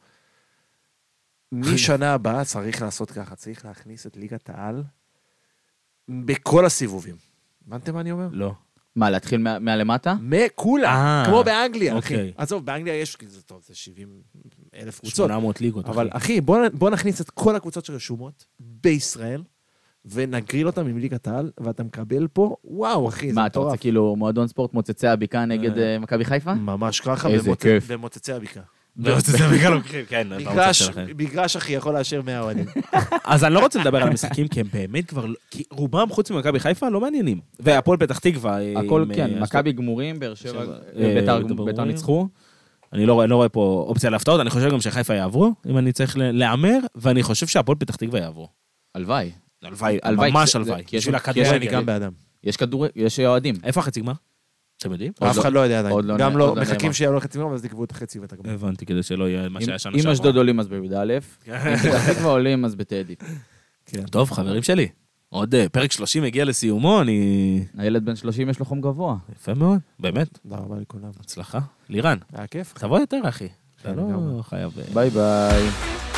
משנה הבאה צריך לעשות ככה, צריך להכניס את ליגת העל בכל הסיבובים. הבנתם מה אני אומר? לא. מה, להתחיל מה- מהלמטה? מכולם, אה, כמו באנגליה, אחי. אוקיי. עזוב, באנגליה יש, כי זה טוב, זה שבעים אלף קבוצות. שמונה מאות ליגות, אחי. אבל אחי, בוא, בוא נכניס את כל הקבוצות שרשומות בישראל, ונגריל אותם עם ליגת העל, ואתה מקבל פה, וואו, אחי, זה מה, אתה רוצה מטורף. כאילו מועדון ספורט מוצצי הבקעה נגד אה. אה, מכבי חיפה? ממש ככה, איזה במוצ... כיף. במוצצי הבקעה. זה בגלל לוקחים, כן. במצב מגרש, שלכם. מגרש, אחי, יכול לאשר מאה אוהדים. אז אני לא רוצה לדבר על המשחקים, כי הם באמת כבר... לא- כי רובם, חוץ ממכבי חיפה, לא מעניינים. והפועל פתח תקווה... אה, הכל עם, כן, אה, מכבי גמורים, באר שבע, שבע, אה, אה, ביתר- בית"ר ביתר גמורים. ניצחו. אני לא רואה, לא רואה פה אופציה להפתעות, אני חושב גם שחיפה יעברו, אם אני צריך ל- להמר, ואני חושב שהפועל פתח תקווה יעברו. הלוואי. הלוואי, הלוואי, ממש כי זה- הלוואי. כי יש- בשביל כי יש- הכדורגל. אני גם באדם. יש כדור... יש אוהדים. איפה החצי גמר? אתם יודעים? עוד אף לא- אחד לא יודע עוד לא עדיין. גם נ- לא, עוד לא מחכים נאמר. שיעלו לחצי גמר, ואז תקבעו את החצי ואת הגמר. הבנתי, כדי שלא יהיה מה שהיה שנה אם שעברה. אשדוד עולים אז בי"א, אם פתח תקווה עולים אז בטדי. כן. טוב, חברים שלי, עוד אה, פרק שלושים הגיע לסיומו, אני... הילד בן שלושים יש לו חום גבוה. יפה מאוד, באמת, תודה רבה לכולם. הצלחה. לירן, היה כיף. תבוא יותר, אחי. אתה כן, לא לגמרי. חייב... אה, ביי ביי.